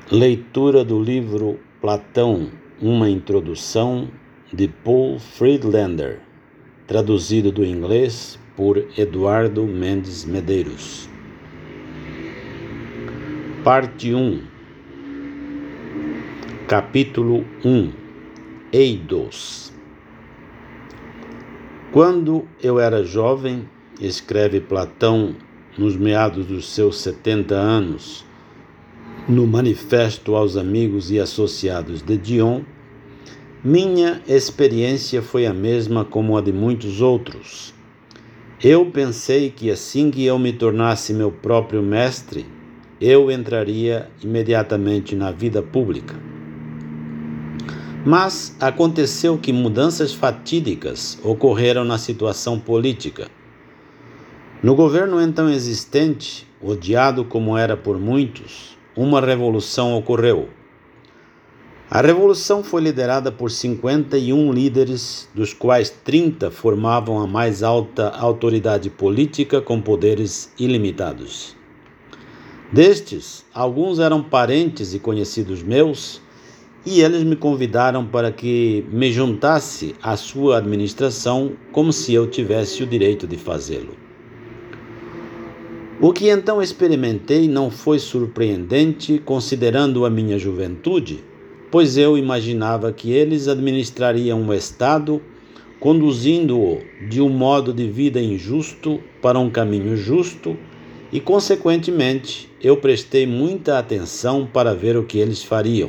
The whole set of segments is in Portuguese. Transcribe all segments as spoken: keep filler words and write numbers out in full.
Leitura do livro Platão, uma introdução, de Paul Friedlander, traduzido do inglês por Eduardo Mendes Medeiros. Parte um. Capítulo um. Eidos. Quando eu era jovem, escreve Platão nos meados dos seus setenta anos, no Manifesto aos Amigos e Associados de Dion, minha experiência foi a mesma como a de muitos outros. Eu pensei que assim que eu me tornasse meu próprio mestre, eu entraria imediatamente na vida pública. Mas aconteceu que mudanças fatídicas ocorreram na situação política. No governo então existente, odiado como era por muitos, uma revolução ocorreu. A revolução foi liderada por cinquenta e um líderes, dos quais trinta formavam a mais alta autoridade política com poderes ilimitados. Destes, alguns eram parentes e conhecidos meus, e eles me convidaram para que me juntasse à sua administração como se eu tivesse o direito de fazê-lo. O que então experimentei não foi surpreendente, considerando a minha juventude, pois eu imaginava que eles administrariam o Estado, conduzindo-o de um modo de vida injusto para um caminho justo, e, consequentemente, eu prestei muita atenção para ver o que eles fariam.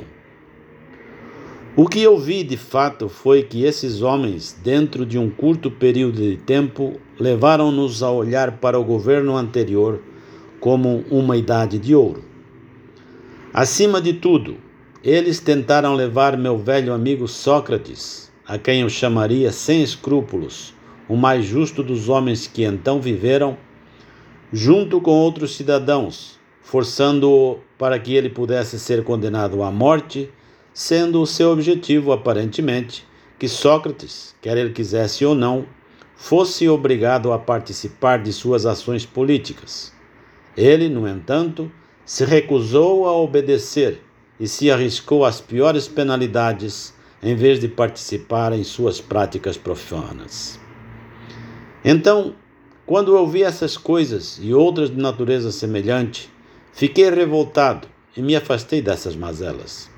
O que eu vi, de fato, foi que esses homens, dentro de um curto período de tempo, levaram-nos a olhar para o governo anterior como uma idade de ouro. Acima de tudo, eles tentaram levar meu velho amigo Sócrates, a quem eu chamaria sem escrúpulos, o mais justo dos homens que então viveram, junto com outros cidadãos, forçando-o para que ele pudesse ser condenado à morte, sendo o seu objetivo, aparentemente, que Sócrates, quer ele quisesse ou não, fosse obrigado a participar de suas ações políticas. Ele, no entanto, se recusou a obedecer e se arriscou às piores penalidades em vez de participar em suas práticas profanas. Então, quando eu vi essas coisas e outras de natureza semelhante, fiquei revoltado e me afastei dessas mazelas.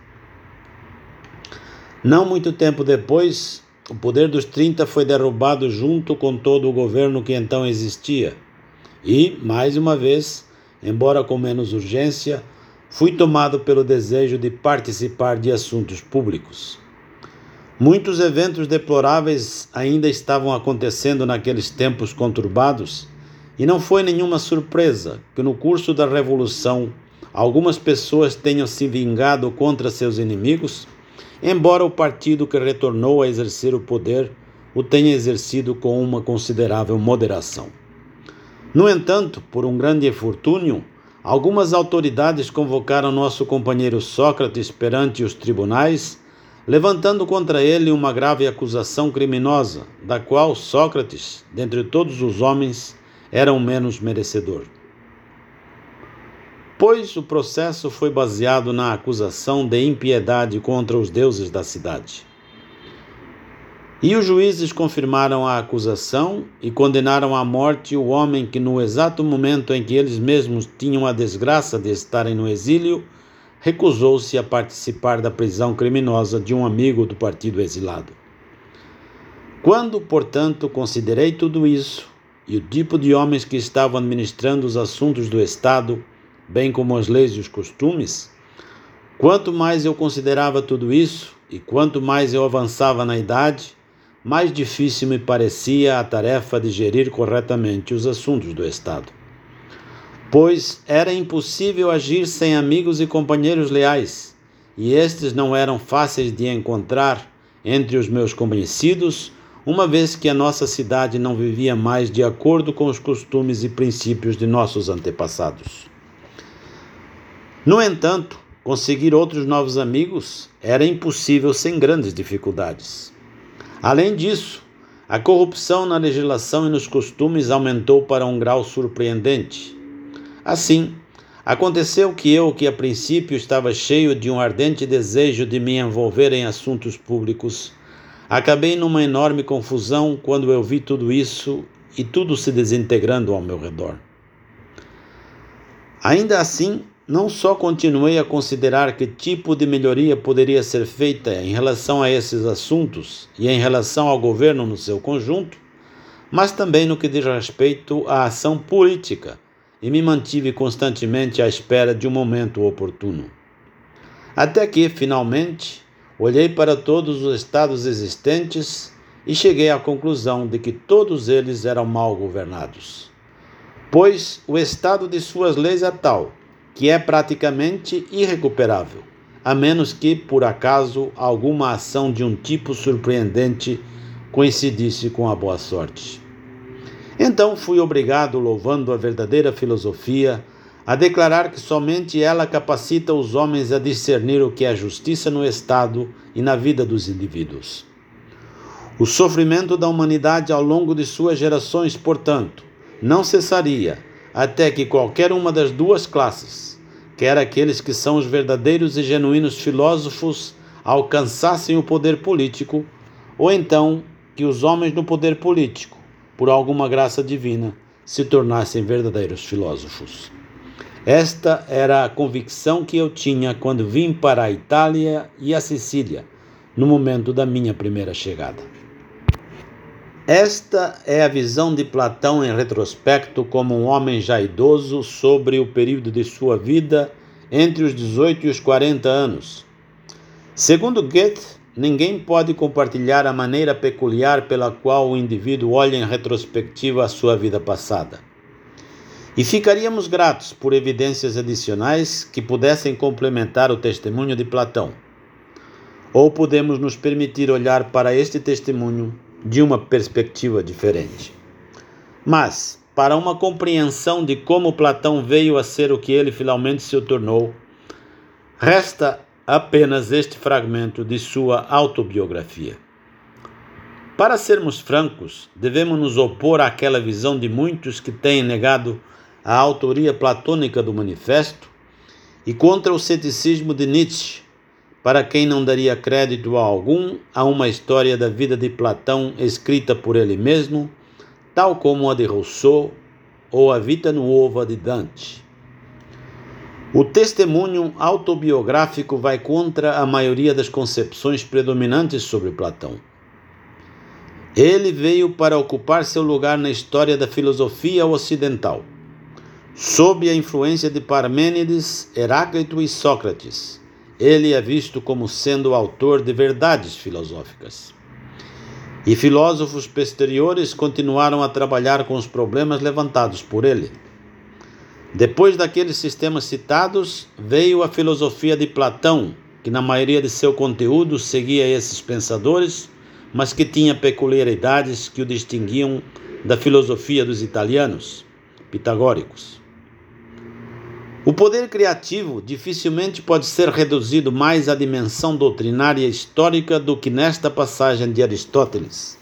Não muito tempo depois, o poder dos trinta foi derrubado junto com todo o governo que então existia. E, mais uma vez, embora com menos urgência, fui tomado pelo desejo de participar de assuntos públicos. Muitos eventos deploráveis ainda estavam acontecendo naqueles tempos conturbados, e não foi nenhuma surpresa que no curso da Revolução algumas pessoas tenham se vingado contra seus inimigos, embora o partido que retornou a exercer o poder o tenha exercido com uma considerável moderação. No entanto, por um grande infortúnio, algumas autoridades convocaram nosso companheiro Sócrates perante os tribunais, levantando contra ele uma grave acusação criminosa, da qual Sócrates, dentre todos os homens, era o menos merecedor. Pois o processo foi baseado na acusação de impiedade contra os deuses da cidade. E os juízes confirmaram a acusação e condenaram à morte o homem que, no exato momento em que eles mesmos tinham a desgraça de estarem no exílio, recusou-se a participar da prisão criminosa de um amigo do partido exilado. Quando, portanto, considerei tudo isso e o tipo de homens que estavam administrando os assuntos do Estado, bem como as leis e os costumes, quanto mais eu considerava tudo isso e quanto mais eu avançava na idade, mais difícil me parecia a tarefa de gerir corretamente os assuntos do Estado. Pois era impossível agir sem amigos e companheiros leais, e estes não eram fáceis de encontrar entre os meus conhecidos, uma vez que a nossa cidade não vivia mais de acordo com os costumes e princípios de nossos antepassados. No entanto, conseguir outros novos amigos era impossível sem grandes dificuldades. Além disso, a corrupção na legislação e nos costumes aumentou para um grau surpreendente. Assim, Aconteceu que eu, que a princípio estava cheio de um ardente desejo de me envolver em assuntos públicos, acabei numa enorme confusão quando eu vi tudo isso e tudo se desintegrando ao meu redor. Ainda assim, não só continuei a considerar que tipo de melhoria poderia ser feita em relação a esses assuntos e em relação ao governo no seu conjunto, mas também no que diz respeito à ação política, e me mantive constantemente à espera de um momento oportuno. Até que, finalmente, olhei para todos os estados existentes e cheguei à conclusão de que todos eles eram mal governados. Pois o estado de suas leis é tal que é praticamente irrecuperável, a menos que, por acaso, alguma ação de um tipo surpreendente coincidisse com a boa sorte. Então fui obrigado, louvando a verdadeira filosofia, a declarar que somente ela capacita os homens a discernir o que é justiça no Estado e na vida dos indivíduos. O sofrimento da humanidade ao longo de suas gerações, portanto, não cessaria até que qualquer uma das duas classes, quer aqueles que são os verdadeiros e genuínos filósofos, alcançassem o poder político, ou então que os homens no poder político, por alguma graça divina, se tornassem verdadeiros filósofos. Esta era a convicção que eu tinha quando vim para a Itália e a Sicília, no momento da minha primeira chegada. Esta é a visão de Platão em retrospecto como um homem já idoso sobre o período de sua vida entre os dezoito e os quarenta anos. Segundo Goethe, ninguém pode compartilhar a maneira peculiar pela qual o indivíduo olha em retrospectiva a sua vida passada. E ficaríamos gratos por evidências adicionais que pudessem complementar o testemunho de Platão. Ou podemos nos permitir olhar para este testemunho de uma perspectiva diferente. Mas, para uma compreensão de como Platão veio a ser o que ele finalmente se tornou, resta apenas este fragmento de sua autobiografia. Para sermos francos, devemos nos opor àquela visão de muitos que têm negado a autoria platônica do Manifesto e contra o ceticismo de Nietzsche, para quem não daria crédito algum a uma história da vida de Platão escrita por ele mesmo, tal como a de Rousseau ou a Vita Nuova de Dante. O testemunho autobiográfico vai contra a maioria das concepções predominantes sobre Platão. Ele veio para ocupar seu lugar na história da filosofia ocidental, sob a influência de Parmênides, Heráclito e Sócrates. Ele é visto como sendo o autor de verdades filosóficas. E filósofos posteriores continuaram a trabalhar com os problemas levantados por ele. Depois daqueles sistemas citados, veio a filosofia de Platão, que na maioria de seu conteúdo seguia esses pensadores, mas que tinha peculiaridades que o distinguiam da filosofia dos italianos, pitagóricos. O poder criativo dificilmente pode ser reduzido mais à dimensão doutrinária histórica do que nesta passagem de Aristóteles.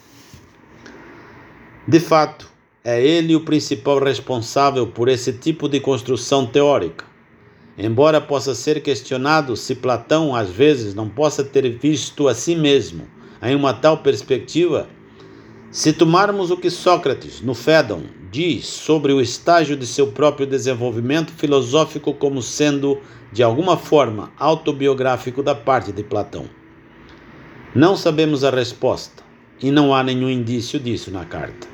De fato, é ele o principal responsável por esse tipo de construção teórica, embora possa ser questionado se Platão, às vezes, não possa ter visto a si mesmo em uma tal perspectiva. Se tomarmos o que Sócrates, no Fédon, diz sobre o estágio de seu próprio desenvolvimento filosófico como sendo, de alguma forma, autobiográfico da parte de Platão. Não sabemos a resposta, e não há nenhum indício disso na carta.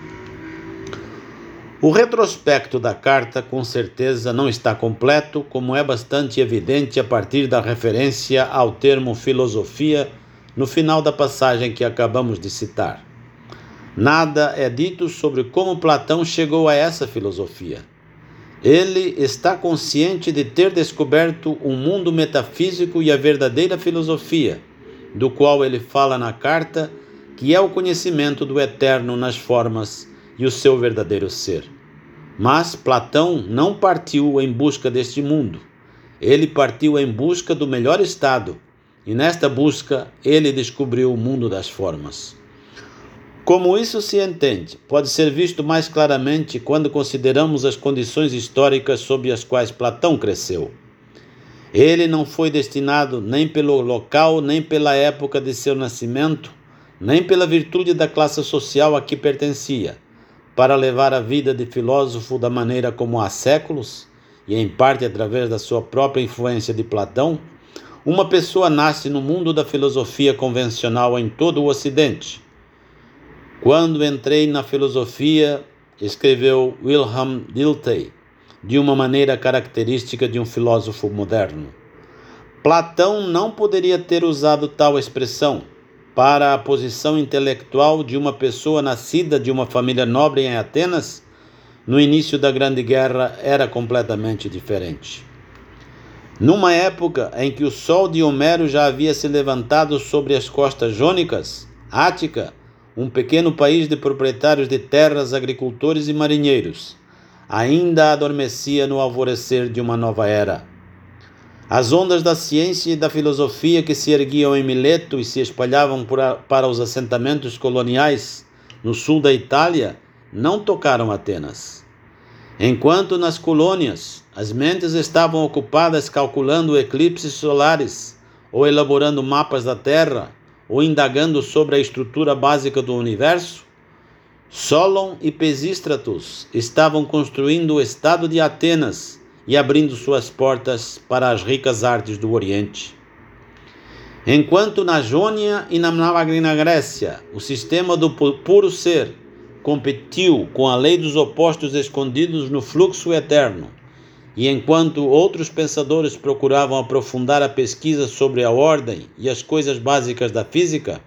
O retrospecto da carta, com certeza, não está completo, como é bastante evidente a partir da referência ao termo filosofia no final da passagem que acabamos de citar. Nada é dito sobre como Platão chegou a essa filosofia. Ele está consciente de ter descoberto um mundo metafísico e a verdadeira filosofia, do qual ele fala na carta, que é o conhecimento do eterno nas formas e o seu verdadeiro ser. Mas Platão não partiu em busca deste mundo. Ele partiu em busca do melhor estado, e nesta busca ele descobriu o mundo das formas. Como isso se entende, pode ser visto mais claramente quando consideramos as condições históricas sob as quais Platão cresceu. Ele não foi destinado nem pelo local, nem pela época de seu nascimento, nem pela virtude da classe social a que pertencia, para levar a vida de filósofo da maneira como há séculos, e em parte através da sua própria influência de Platão, uma pessoa nasce no mundo da filosofia convencional em todo o Ocidente. Quando entrei na filosofia, escreveu Wilhelm Dilthey, de uma maneira característica de um filósofo moderno. Platão não poderia ter usado tal expressão para a posição intelectual de uma pessoa nascida de uma família nobre em Atenas. No início da Grande Guerra era completamente diferente. Numa época em que o sol de Homero já havia se levantado sobre as costas jônicas, Ática, um pequeno país de proprietários de terras, agricultores e marinheiros, ainda adormecia no alvorecer de uma nova era. As ondas da ciência e da filosofia que se erguiam em Mileto e se espalhavam por a, para os assentamentos coloniais no sul da Itália não tocaram Atenas. Enquanto nas colônias as mentes estavam ocupadas calculando eclipses solares, ou elaborando mapas da Terra, ou indagando sobre a estrutura básica do universo, Solon e Pisístratos estavam construindo o Estado de Atenas e abrindo suas portas para as ricas artes do Oriente. Enquanto na Jônia e na Magna Grécia o sistema do puro ser competiu com a lei dos opostos escondidos no fluxo eterno, e enquanto outros pensadores procuravam aprofundar a pesquisa sobre a ordem e as coisas básicas da física,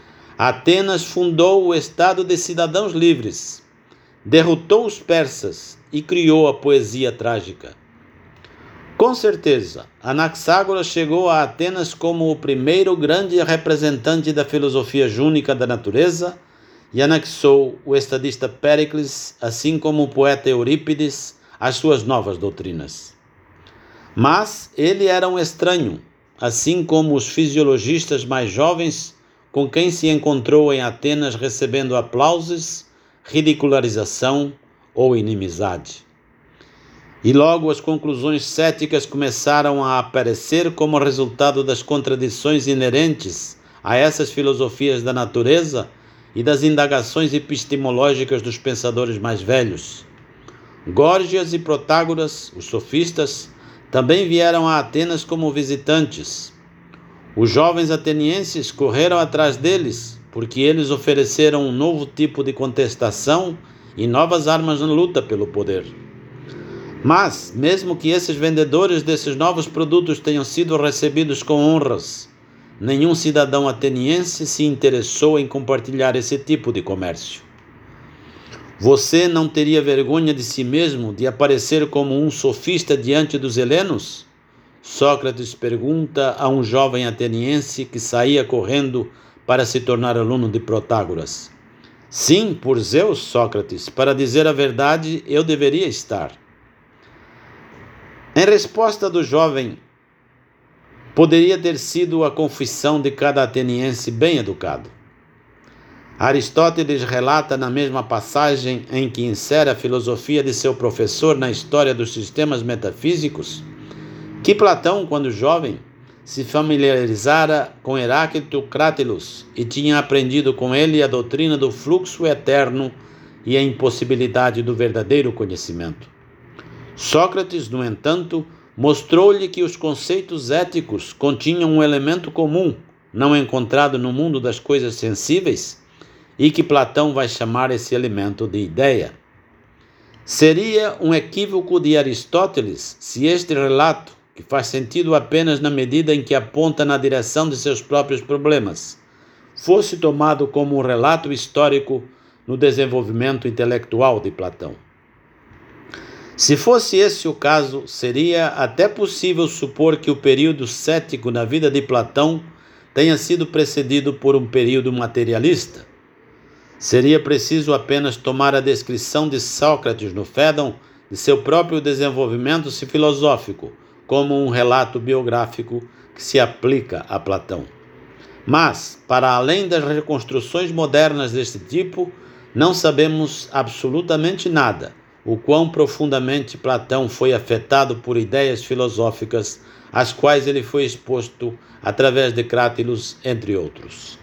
Atenas fundou o Estado de cidadãos livres, derrotou os persas e criou a poesia trágica. Com certeza, Anaxágoras chegou a Atenas como o primeiro grande representante da filosofia jônica da natureza e anexou o estadista Péricles, assim como o poeta Eurípides, às suas novas doutrinas. Mas ele era um estranho, assim como os fisiologistas mais jovens com quem se encontrou em Atenas recebendo aplausos, ridicularização ou inimizade. E logo as conclusões céticas começaram a aparecer como resultado das contradições inerentes a essas filosofias da natureza e das indagações epistemológicas dos pensadores mais velhos. Górgias e Protágoras, os sofistas, também vieram a Atenas como visitantes. Os jovens atenienses correram atrás deles, porque eles ofereceram um novo tipo de contestação e novas armas na luta pelo poder. Mas, mesmo que esses vendedores desses novos produtos tenham sido recebidos com honras, nenhum cidadão ateniense se interessou em compartilhar esse tipo de comércio. Você não teria vergonha de si mesmo de aparecer como um sofista diante dos helenos? Sócrates pergunta a um jovem ateniense que saía correndo para se tornar aluno de Protágoras. Sim, por Zeus, Sócrates, para dizer a verdade, eu deveria estar. Em resposta do jovem, poderia ter sido a confissão de cada ateniense bem educado. Aristóteles relata na mesma passagem em que insere a filosofia de seu professor na história dos sistemas metafísicos, que Platão, quando jovem, se familiarizara com Heráclito Crátelos e tinha aprendido com ele a doutrina do fluxo eterno e a impossibilidade do verdadeiro conhecimento. Sócrates, no entanto, mostrou-lhe que os conceitos éticos continham um elemento comum, não encontrado no mundo das coisas sensíveis, e que Platão vai chamar esse elemento de ideia. Seria um equívoco de Aristóteles se este relato, que faz sentido apenas na medida em que aponta na direção de seus próprios problemas, fosse tomado como um relato histórico no desenvolvimento intelectual de Platão. Se fosse esse o caso, seria até possível supor que o período cético na vida de Platão tenha sido precedido por um período materialista. Seria preciso apenas tomar a descrição de Sócrates no Fédon de seu próprio desenvolvimento filosófico como um relato biográfico que se aplica a Platão. Mas, para além das reconstruções modernas deste tipo, não sabemos absolutamente nada, o quão profundamente Platão foi afetado por ideias filosóficas às quais ele foi exposto através de Crátilos, entre outros.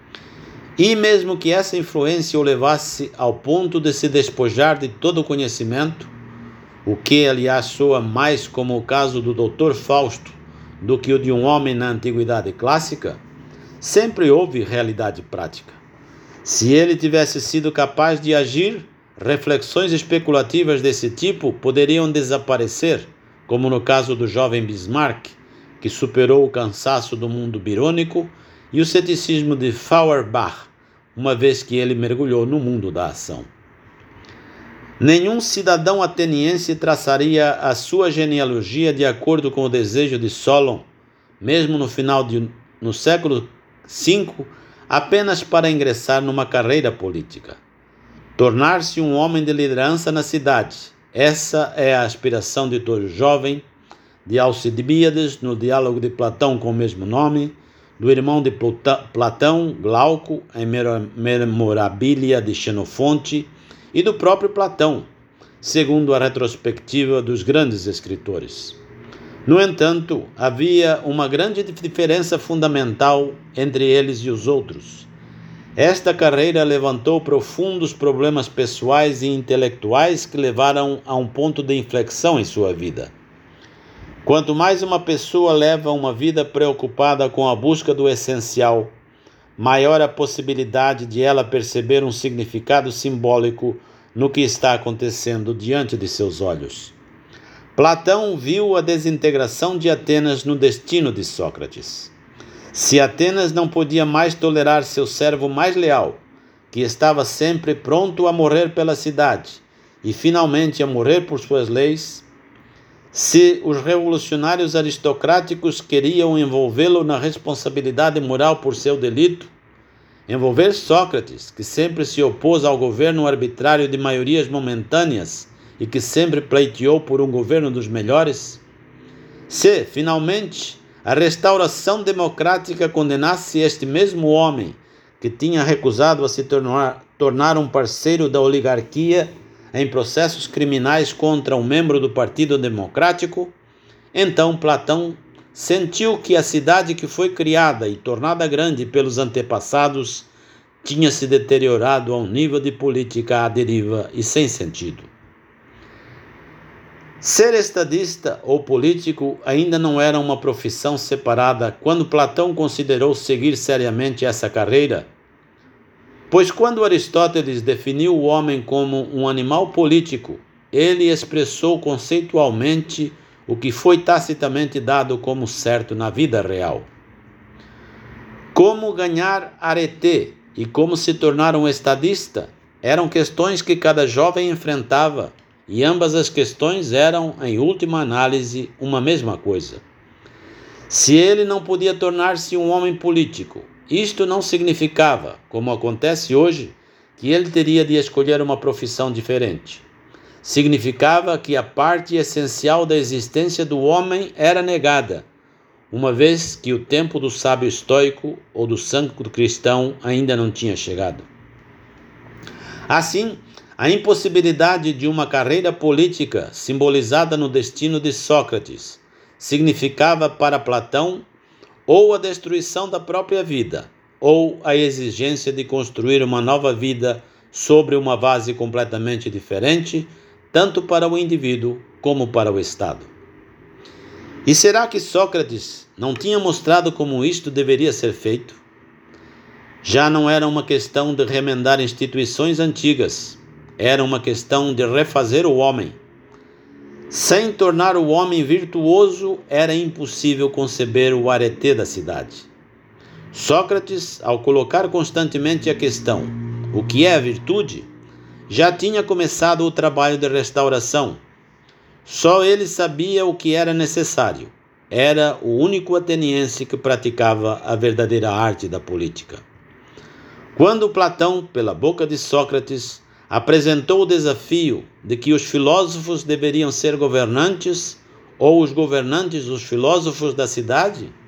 E mesmo que essa influência o levasse ao ponto de se despojar de todo o conhecimento, o que aliás soa mais como o caso do doutor Fausto do que o de um homem na antiguidade clássica, sempre houve realidade prática. Se ele tivesse sido capaz de agir, reflexões especulativas desse tipo poderiam desaparecer, como no caso do jovem Bismarck, que superou o cansaço do mundo birônico e o ceticismo de Feuerbach, uma vez que ele mergulhou no mundo da ação. Nenhum cidadão ateniense traçaria a sua genealogia de acordo com o desejo de Solon, mesmo no final de, no século cinco, apenas para ingressar numa carreira política. Tornar-se um homem de liderança na cidade. Essa é a aspiração de todo jovem, de Alcibíades, no diálogo de Platão com o mesmo nome, do irmão de Platão, Glauco, em Memorabilia de Xenofonte, e do próprio Platão, segundo a retrospectiva dos grandes escritores. No entanto, havia uma grande diferença fundamental entre eles e os outros. Esta carreira levantou profundos problemas pessoais e intelectuais que levaram a um ponto de inflexão em sua vida. Quanto mais uma pessoa leva uma vida preocupada com a busca do essencial, maior a possibilidade de ela perceber um significado simbólico no que está acontecendo diante de seus olhos. Platão viu a desintegração de Atenas no destino de Sócrates. Se Atenas não podia mais tolerar seu servo mais leal, que estava sempre pronto a morrer pela cidade e finalmente a morrer por suas leis, se os revolucionários aristocráticos queriam envolvê-lo na responsabilidade moral por seu delito, envolver Sócrates, que sempre se opôs ao governo arbitrário de maiorias momentâneas e que sempre pleiteou por um governo dos melhores, se, finalmente, a restauração democrática condenasse este mesmo homem que tinha recusado a se tornar, tornar um parceiro da oligarquia em processos criminais contra um membro do Partido Democrático, então Platão sentiu que a cidade que foi criada e tornada grande pelos antepassados tinha se deteriorado a um nível de política à deriva e sem sentido. Ser estadista ou político ainda não era uma profissão separada quando Platão considerou seguir seriamente essa carreira, pois quando Aristóteles definiu o homem como um animal político, ele expressou conceitualmente o que foi tacitamente dado como certo na vida real. Como ganhar arete e como se tornar um estadista eram questões que cada jovem enfrentava, e ambas as questões eram, em última análise, uma mesma coisa. Se ele não podia tornar-se um homem político, isto não significava, como acontece hoje, que ele teria de escolher uma profissão diferente. Significava que a parte essencial da existência do homem era negada, uma vez que o tempo do sábio estoico ou do santo cristão ainda não tinha chegado. Assim, a impossibilidade de uma carreira política simbolizada no destino de Sócrates significava para Platão ou a destruição da própria vida, ou a exigência de construir uma nova vida sobre uma base completamente diferente, tanto para o indivíduo como para o Estado. E será que Sócrates não tinha mostrado como isto deveria ser feito? Já não era uma questão de remendar instituições antigas, era uma questão de refazer o homem. Sem tornar o homem virtuoso, era impossível conceber o arete da cidade. Sócrates, ao colocar constantemente a questão, o que é a virtude, já tinha começado o trabalho de restauração. Só ele sabia o que era necessário. Era o único ateniense que praticava a verdadeira arte da política. Quando Platão, pela boca de Sócrates, apresentou o desafio de que os filósofos deveriam ser governantes ou os governantes os filósofos da cidade,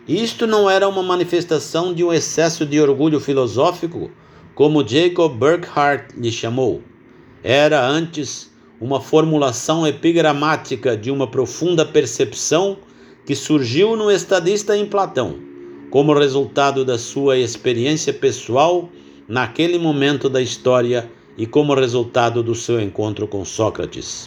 Isto não era uma manifestação de um excesso de orgulho filosófico, como Jacob Burckhardt lhe chamou. Era, antes, uma formulação epigramática de uma profunda percepção que surgiu no estadista em Platão, como resultado da sua experiência pessoal naquele momento da história e como resultado do seu encontro com Sócrates.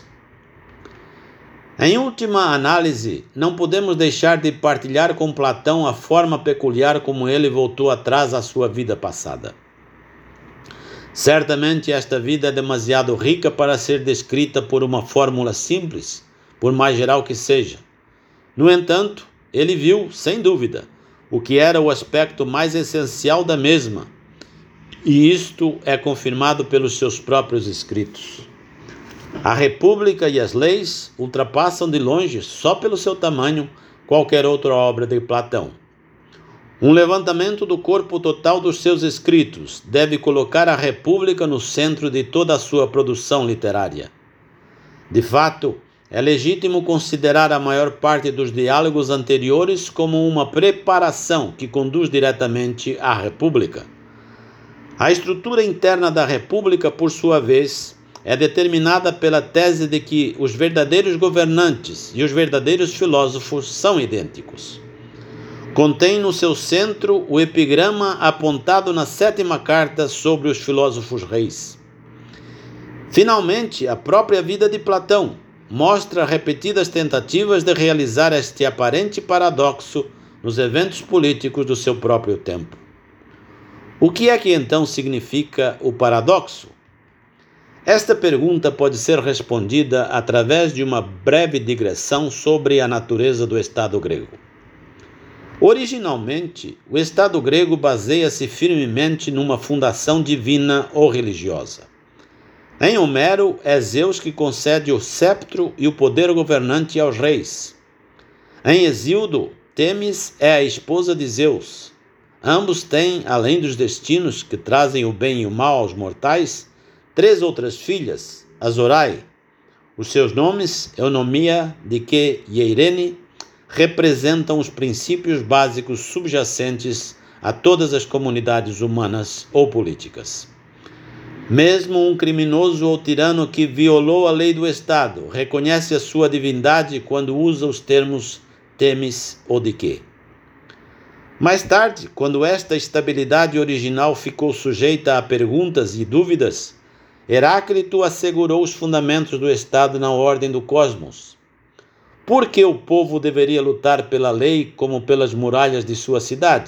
Em última análise, não podemos deixar de partilhar com Platão a forma peculiar como ele voltou atrás à sua vida passada. Certamente esta vida é demasiado rica para ser descrita por uma fórmula simples, por mais geral que seja. No entanto, ele viu, sem dúvida, o que era o aspecto mais essencial da mesma, e isto é confirmado pelos seus próprios escritos. A República e as leis ultrapassam de longe, só pelo seu tamanho, qualquer outra obra de Platão. Um levantamento do corpo total dos seus escritos deve colocar a República no centro de toda a sua produção literária. De fato, é legítimo considerar a maior parte dos diálogos anteriores como uma preparação que conduz diretamente à República. A estrutura interna da República, por sua vez, é determinada pela tese de que os verdadeiros governantes e os verdadeiros filósofos são idênticos. Contém no seu centro o epigrama apontado na sétima carta sobre os filósofos reis. Finalmente, a própria vida de Platão mostra repetidas tentativas de realizar este aparente paradoxo nos eventos políticos do seu próprio tempo. O que é que então significa o paradoxo? Esta pergunta pode ser respondida através de uma breve digressão sobre a natureza do Estado grego. Originalmente, o Estado grego baseia-se firmemente numa fundação divina ou religiosa. Em Homero, é Zeus que concede o sceptro e o poder governante aos reis. Em Hesíodo, Temis é a esposa de Zeus. Ambos têm, além dos destinos que trazem o bem e o mal aos mortais, três outras filhas, as Horai. Os seus nomes, Eunomia, Dike e Eirene, representam os princípios básicos subjacentes a todas as comunidades humanas ou políticas. Mesmo um criminoso ou tirano que violou a lei do Estado reconhece a sua divindade quando usa os termos Temis ou Dike. Mais tarde, quando esta estabilidade original ficou sujeita a perguntas e dúvidas, Heráclito assegurou os fundamentos do Estado na ordem do cosmos. Por que o povo deveria lutar pela lei como pelas muralhas de sua cidade?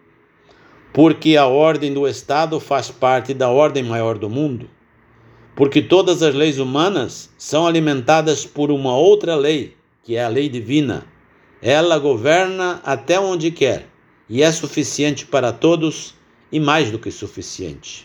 Porque a ordem do Estado faz parte da ordem maior do mundo. Porque todas as leis humanas são alimentadas por uma outra lei, que é a lei divina. Ela governa até onde quer, e é suficiente para todos, e mais do que suficiente.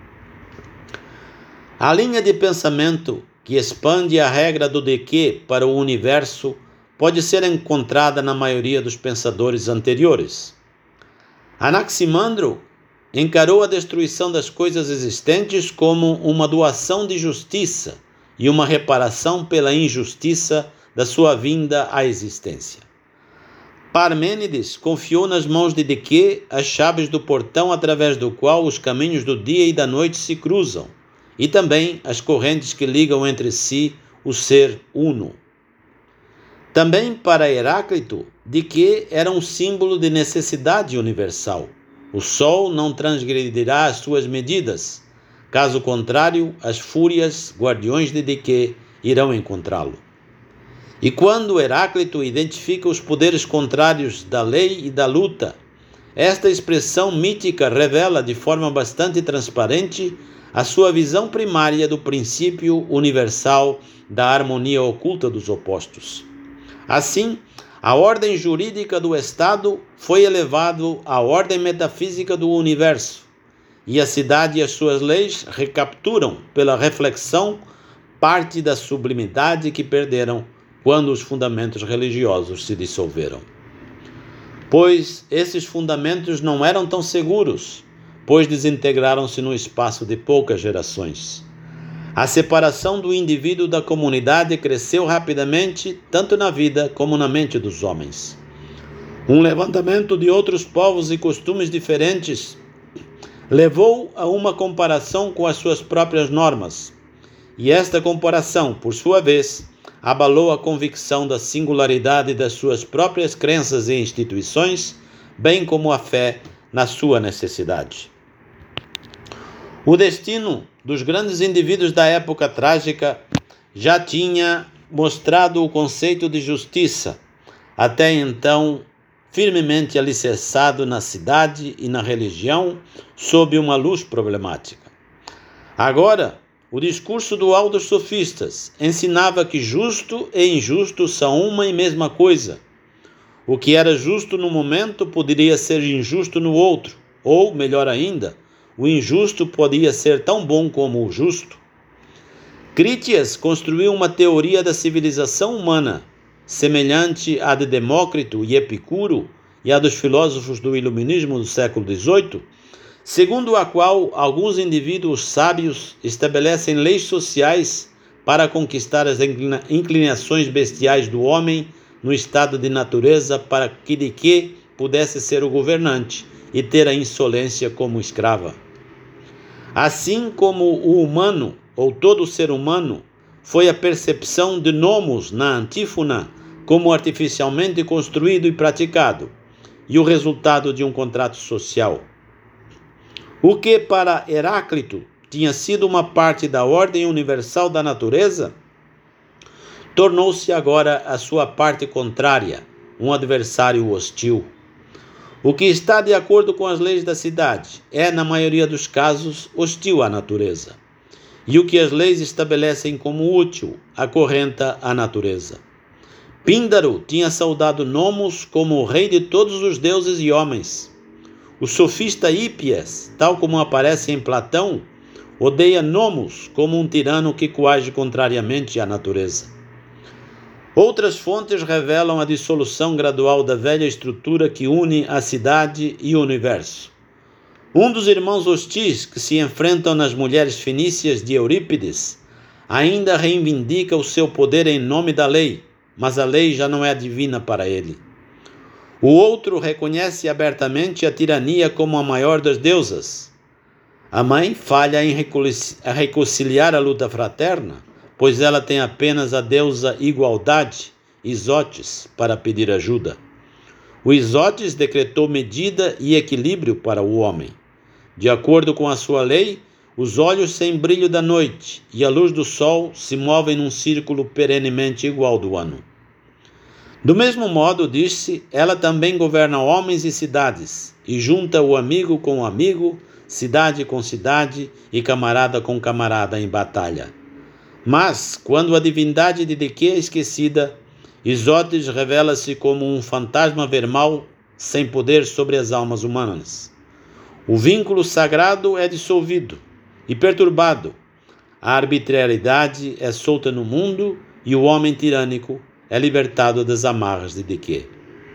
A linha de pensamento que expande a regra do de que para o universo pode ser encontrada na maioria dos pensadores anteriores. Anaximandro encarou a destruição das coisas existentes como uma doação de justiça e uma reparação pela injustiça da sua vinda à existência. Parmênides confiou nas mãos de Dike as chaves do portão através do qual os caminhos do dia e da noite se cruzam, e também as correntes que ligam entre si o ser uno. Também para Heráclito, Dike era um símbolo de necessidade universal. O sol não transgredirá as suas medidas. Caso contrário, as fúrias, guardiões de Dike, irão encontrá-lo. E quando Heráclito identifica os poderes contrários da lei e da luta, esta expressão mítica revela de forma bastante transparente a sua visão primária do princípio universal da harmonia oculta dos opostos. Assim, a ordem jurídica do Estado foi elevada à ordem metafísica do universo, e a cidade e as suas leis recapturam, pela reflexão, parte da sublimidade que perderam quando os fundamentos religiosos se dissolveram. Pois esses fundamentos não eram tão seguros, pois desintegraram-se no espaço de poucas gerações. A separação do indivíduo da comunidade cresceu rapidamente, tanto na vida como na mente dos homens. Um levantamento de outros povos e costumes diferentes levou a uma comparação com as suas próprias normas, e esta comparação, por sua vez, abalou a convicção da singularidade das suas próprias crenças e instituições, bem como a fé na sua necessidade. O destino dos grandes indivíduos da época trágica já tinha mostrado o conceito de justiça, até então firmemente alicerçado na cidade e na religião, sob uma luz problemática. Agora, o discurso dual dos sofistas ensinava que justo e injusto são uma e mesma coisa. O que era justo no momento poderia ser injusto no outro, ou, melhor ainda, o injusto podia ser tão bom como o justo. Crítias construiu uma teoria da civilização humana, semelhante à de Demócrito e Epicuro e à dos filósofos do iluminismo do século dezoito, segundo a qual alguns indivíduos sábios estabelecem leis sociais para conquistar as inclinações bestiais do homem no estado de natureza, para que de que pudesse ser o governante e ter a insolência como escrava. Assim como o humano, ou todo ser humano, foi a percepção de nomos na antífona como artificialmente construído e praticado, e o resultado de um contrato social. O que para Heráclito tinha sido uma parte da ordem universal da natureza, tornou-se agora a sua parte contrária, um adversário hostil. O que está de acordo com as leis da cidade é, na maioria dos casos, hostil à natureza. E o que as leis estabelecem como útil acorrenta à natureza. Píndaro tinha saudado Nomos como o rei de todos os deuses e homens. O sofista Hípias, tal como aparece em Platão, odeia Nomos como um tirano que coage contrariamente à natureza. Outras fontes revelam a dissolução gradual da velha estrutura que une a cidade e o universo. Um dos irmãos hostis que se enfrentam nas mulheres fenícias de Eurípides ainda reivindica o seu poder em nome da lei, mas a lei já não é divina para ele. O outro reconhece abertamente a tirania como a maior das deusas. A mãe falha em reconciliar a luta fraterna, pois ela tem apenas a deusa Igualdade, Isotes, para pedir ajuda. O Isotes decretou medida e equilíbrio para o homem. De acordo com a sua lei, os olhos sem brilho da noite e a luz do sol se movem num círculo perenemente igual do ano. Do mesmo modo, disse, ela também governa homens e cidades, e junta o amigo com o amigo, cidade com cidade e camarada com camarada em batalha. Mas, quando a divindade de Dike é esquecida, Isotes revela-se como um fantasma vermal sem poder sobre as almas humanas. O vínculo sagrado é dissolvido e perturbado. A arbitrariedade é solta no mundo e o homem tirânico é libertado das amarras de Dike.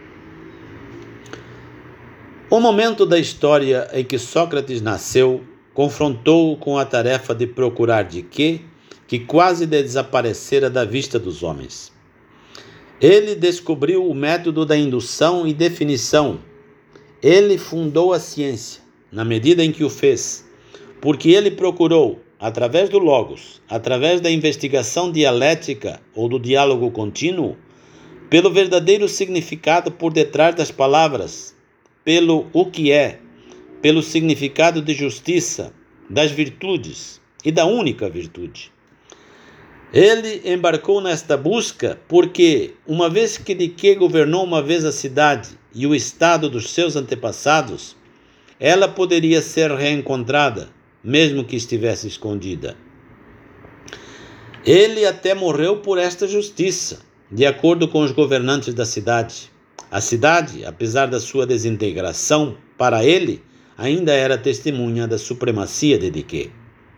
O momento da história em que Sócrates nasceu confrontou-o com a tarefa de procurar Dike, que quase desaparecera da vista dos homens. Ele descobriu o método da indução e definição. Ele fundou a ciência, na medida em que o fez, porque ele procurou, através do Logos, através da investigação dialética ou do diálogo contínuo, pelo verdadeiro significado por detrás das palavras, pelo o que é, pelo significado de justiça, das virtudes e da única virtude. Ele embarcou nesta busca porque, uma vez que Dike governou uma vez a cidade e o estado dos seus antepassados, ela poderia ser reencontrada, mesmo que estivesse escondida. Ele até morreu por esta justiça, de acordo com os governantes da cidade. A cidade, apesar da sua desintegração, para ele, ainda era testemunha da supremacia de Dike.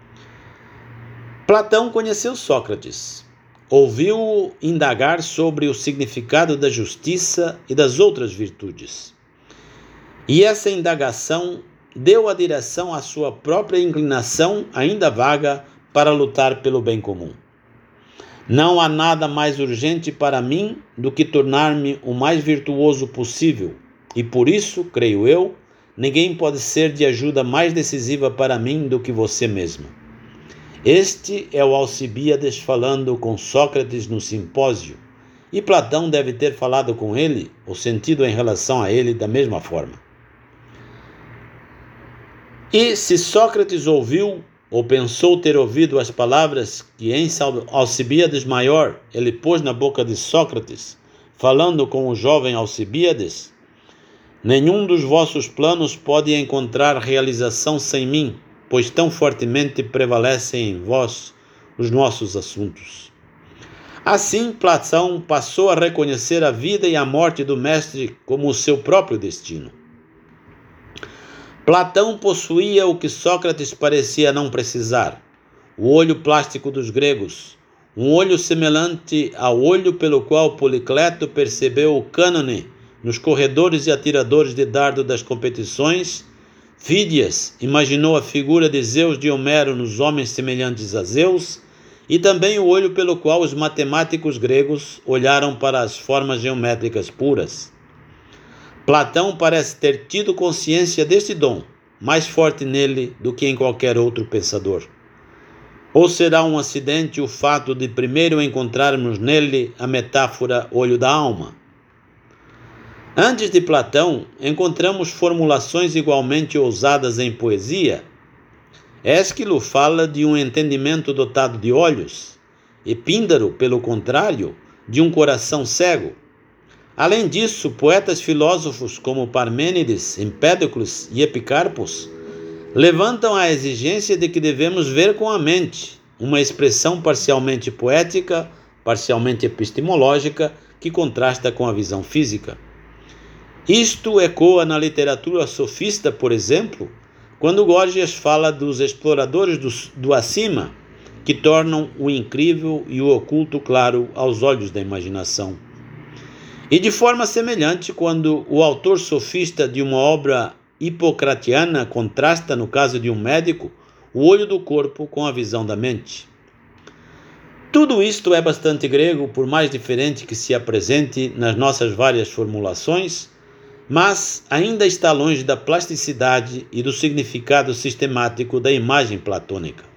Platão conheceu Sócrates, ouviu-o indagar sobre o significado da justiça e das outras virtudes. E essa indagação deu a direção à sua própria inclinação, ainda vaga, para lutar pelo bem comum. Não há nada mais urgente para mim do que tornar-me o mais virtuoso possível, e por isso, creio eu, ninguém pode ser de ajuda mais decisiva para mim do que você mesma. Este é o Alcibíades falando com Sócrates no simpósio, e Platão deve ter falado com ele, ou sentido em relação a ele da mesma forma. E se Sócrates ouviu ou pensou ter ouvido as palavras que em Alcibíades Maior ele pôs na boca de Sócrates, falando com o jovem Alcibíades, nenhum dos vossos planos pode encontrar realização sem mim, pois tão fortemente prevalecem em vós os nossos assuntos. Assim, Platão passou a reconhecer a vida e a morte do mestre como o seu próprio destino. Platão possuía o que Sócrates parecia não precisar, o olho plástico dos gregos, um olho semelhante ao olho pelo qual Policleto percebeu o cânone nos corredores e atiradores de dardo das competições. Fídias imaginou a figura de Zeus de Homero nos homens semelhantes a Zeus, e também o olho pelo qual os matemáticos gregos olharam para as formas geométricas puras. Platão parece ter tido consciência deste dom, mais forte nele do que em qualquer outro pensador. Ou será um acidente o fato de primeiro encontrarmos nele a metáfora olho da alma? Antes de Platão, encontramos formulações igualmente ousadas em poesia. Ésquilo fala de um entendimento dotado de olhos, e Píndaro, pelo contrário, de um coração cego. Além disso, poetas filósofos como Parmênides, Empédocles e Epicarpos levantam a exigência de que devemos ver com a mente, uma expressão parcialmente poética, parcialmente epistemológica, que contrasta com a visão física. Isto ecoa na literatura sofista, por exemplo, quando Gorgias fala dos exploradores do, do acima, que tornam o incrível e o oculto claro aos olhos da imaginação. E de forma semelhante, quando o autor sofista de uma obra hipocratiana contrasta, no caso de um médico, o olho do corpo com a visão da mente. Tudo isto é bastante grego, por mais diferente que se apresente nas nossas várias formulações, mas ainda está longe da plasticidade e do significado sistemático da imagem platônica.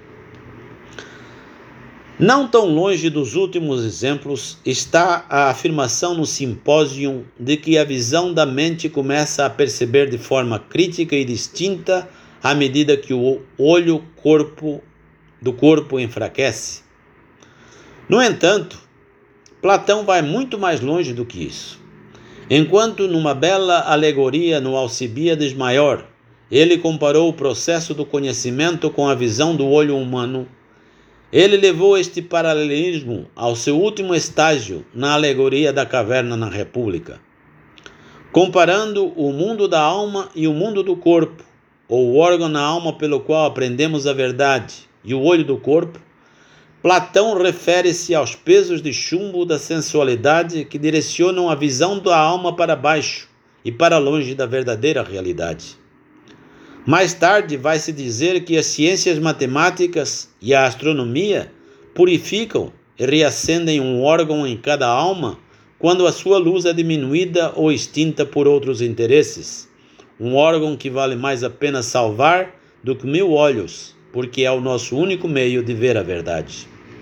Não tão longe dos últimos exemplos está a afirmação no Simpósio de que a visão da mente começa a perceber de forma crítica e distinta à medida que o olho corpo do corpo enfraquece. No entanto, Platão vai muito mais longe do que isso. Enquanto numa bela alegoria no Alcibíades Maior, ele comparou o processo do conhecimento com a visão do olho humano, ele levou este paralelismo ao seu último estágio na alegoria da caverna na República. Comparando o mundo da alma e o mundo do corpo, ou o órgão na alma pelo qual aprendemos a verdade, e o olho do corpo, Platão refere-se aos pesos de chumbo da sensualidade que direcionam a visão da alma para baixo e para longe da verdadeira realidade. Mais tarde vai-se dizer que as ciências matemáticas e a astronomia purificam e reacendem um órgão em cada alma quando a sua luz é diminuída ou extinta por outros interesses. Um órgão que vale mais a pena salvar do que mil olhos, porque é o nosso único meio de ver a verdade.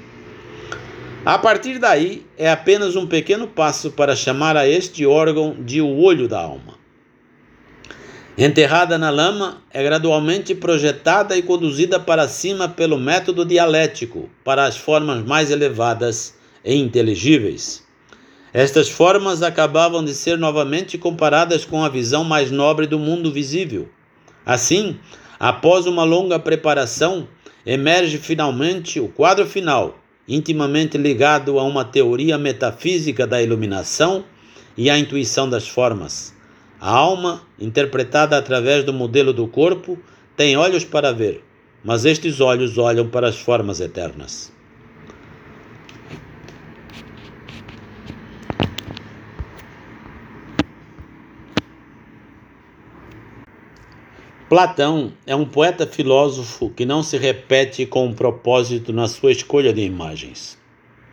A partir daí, é apenas um pequeno passo para chamar a este órgão de o olho da alma. Enterrada na lama, é gradualmente projetada e conduzida para cima pelo método dialético, para as formas mais elevadas e inteligíveis. Estas formas acabavam de ser novamente comparadas com a visão mais nobre do mundo visível. Assim, após uma longa preparação, emerge finalmente o quadro final, intimamente ligado a uma teoria metafísica da iluminação e à intuição das formas. A alma, interpretada através do modelo do corpo, tem olhos para ver, mas estes olhos olham para as formas eternas. Platão é um poeta-filósofo que não se repete com um propósito na sua escolha de imagens.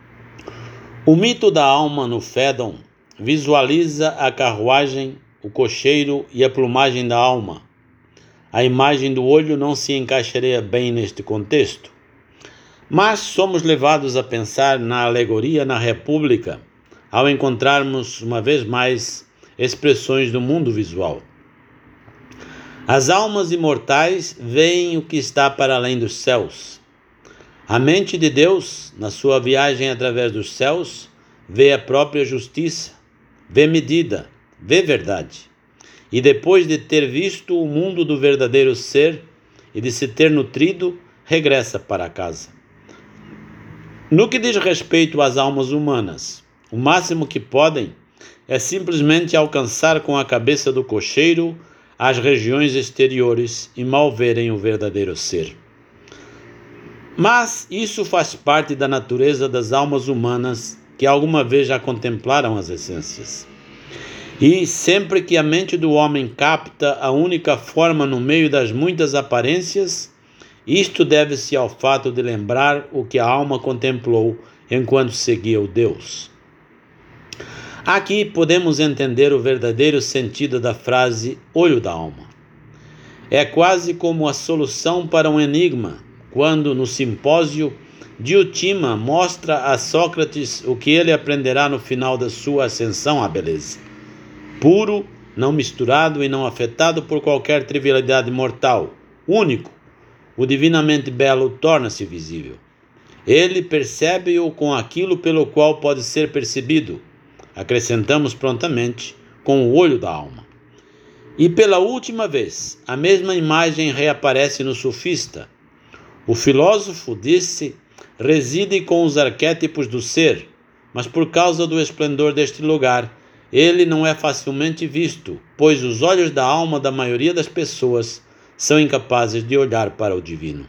O mito da alma no Fédon visualiza a carruagem, o cocheiro e a plumagem da alma. A imagem do olho não se encaixaria bem neste contexto, mas somos levados a pensar na alegoria na República ao encontrarmos, uma vez mais, expressões do mundo visual. As almas imortais veem o que está para além dos céus. A mente de Deus, na sua viagem através dos céus, vê a própria justiça, vê medida, vê verdade. E depois de ter visto o mundo do verdadeiro ser e de se ter nutrido, regressa para casa. No que diz respeito às almas humanas, o máximo que podem é simplesmente alcançar com a cabeça do cocheiro as regiões exteriores e mal verem o verdadeiro ser. Mas isso faz parte da natureza das almas humanas que alguma vez já contemplaram as essências. E sempre que a mente do homem capta a única forma no meio das muitas aparências, isto deve-se ao fato de lembrar o que a alma contemplou enquanto seguia o Deus. Aqui podemos entender o verdadeiro sentido da frase olho da alma. É quase como a solução para um enigma, quando no simpósio Diotima mostra a Sócrates o que ele aprenderá no final da sua ascensão à beleza. Puro, não misturado e não afetado por qualquer trivialidade mortal, único, o divinamente belo torna-se visível. Ele percebe-o com aquilo pelo qual pode ser percebido, acrescentamos prontamente, com o olho da alma. E pela última vez, a mesma imagem reaparece no sofista. O filósofo, disse, reside com os arquétipos do ser, mas por causa do esplendor deste lugar, ele não é facilmente visto, pois os olhos da alma da maioria das pessoas são incapazes de olhar para o divino.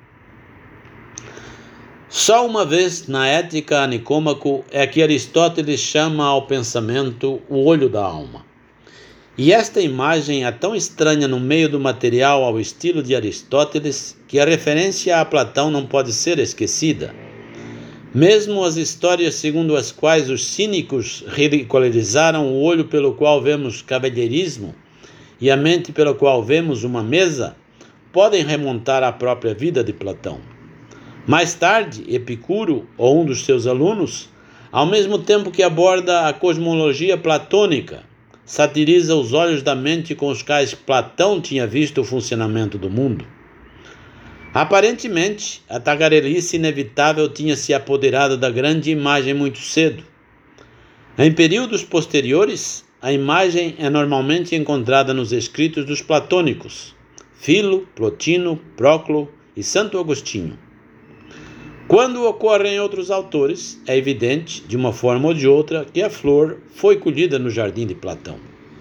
Só uma vez na Ética a Nicômaco é que Aristóteles chama ao pensamento o olho da alma. E esta imagem é tão estranha no meio do material ao estilo de Aristóteles que a referência a Platão não pode ser esquecida. Mesmo as histórias segundo as quais os cínicos ridicularizaram o olho pelo qual vemos cavalheirismo e a mente pela qual vemos uma mesa, podem remontar à própria vida de Platão. Mais tarde, Epicuro, ou um dos seus alunos, ao mesmo tempo que aborda a cosmologia platônica, satiriza os olhos da mente com os quais Platão tinha visto o funcionamento do mundo. Aparentemente, a tagarelice inevitável tinha se apoderado da grande imagem muito cedo. Em períodos posteriores, a imagem é normalmente encontrada nos escritos dos platônicos, Filo, Plotino, Próclo e Santo Agostinho. Quando ocorre em outros autores, é evidente, de uma forma ou de outra, que a flor foi colhida no jardim de Platão.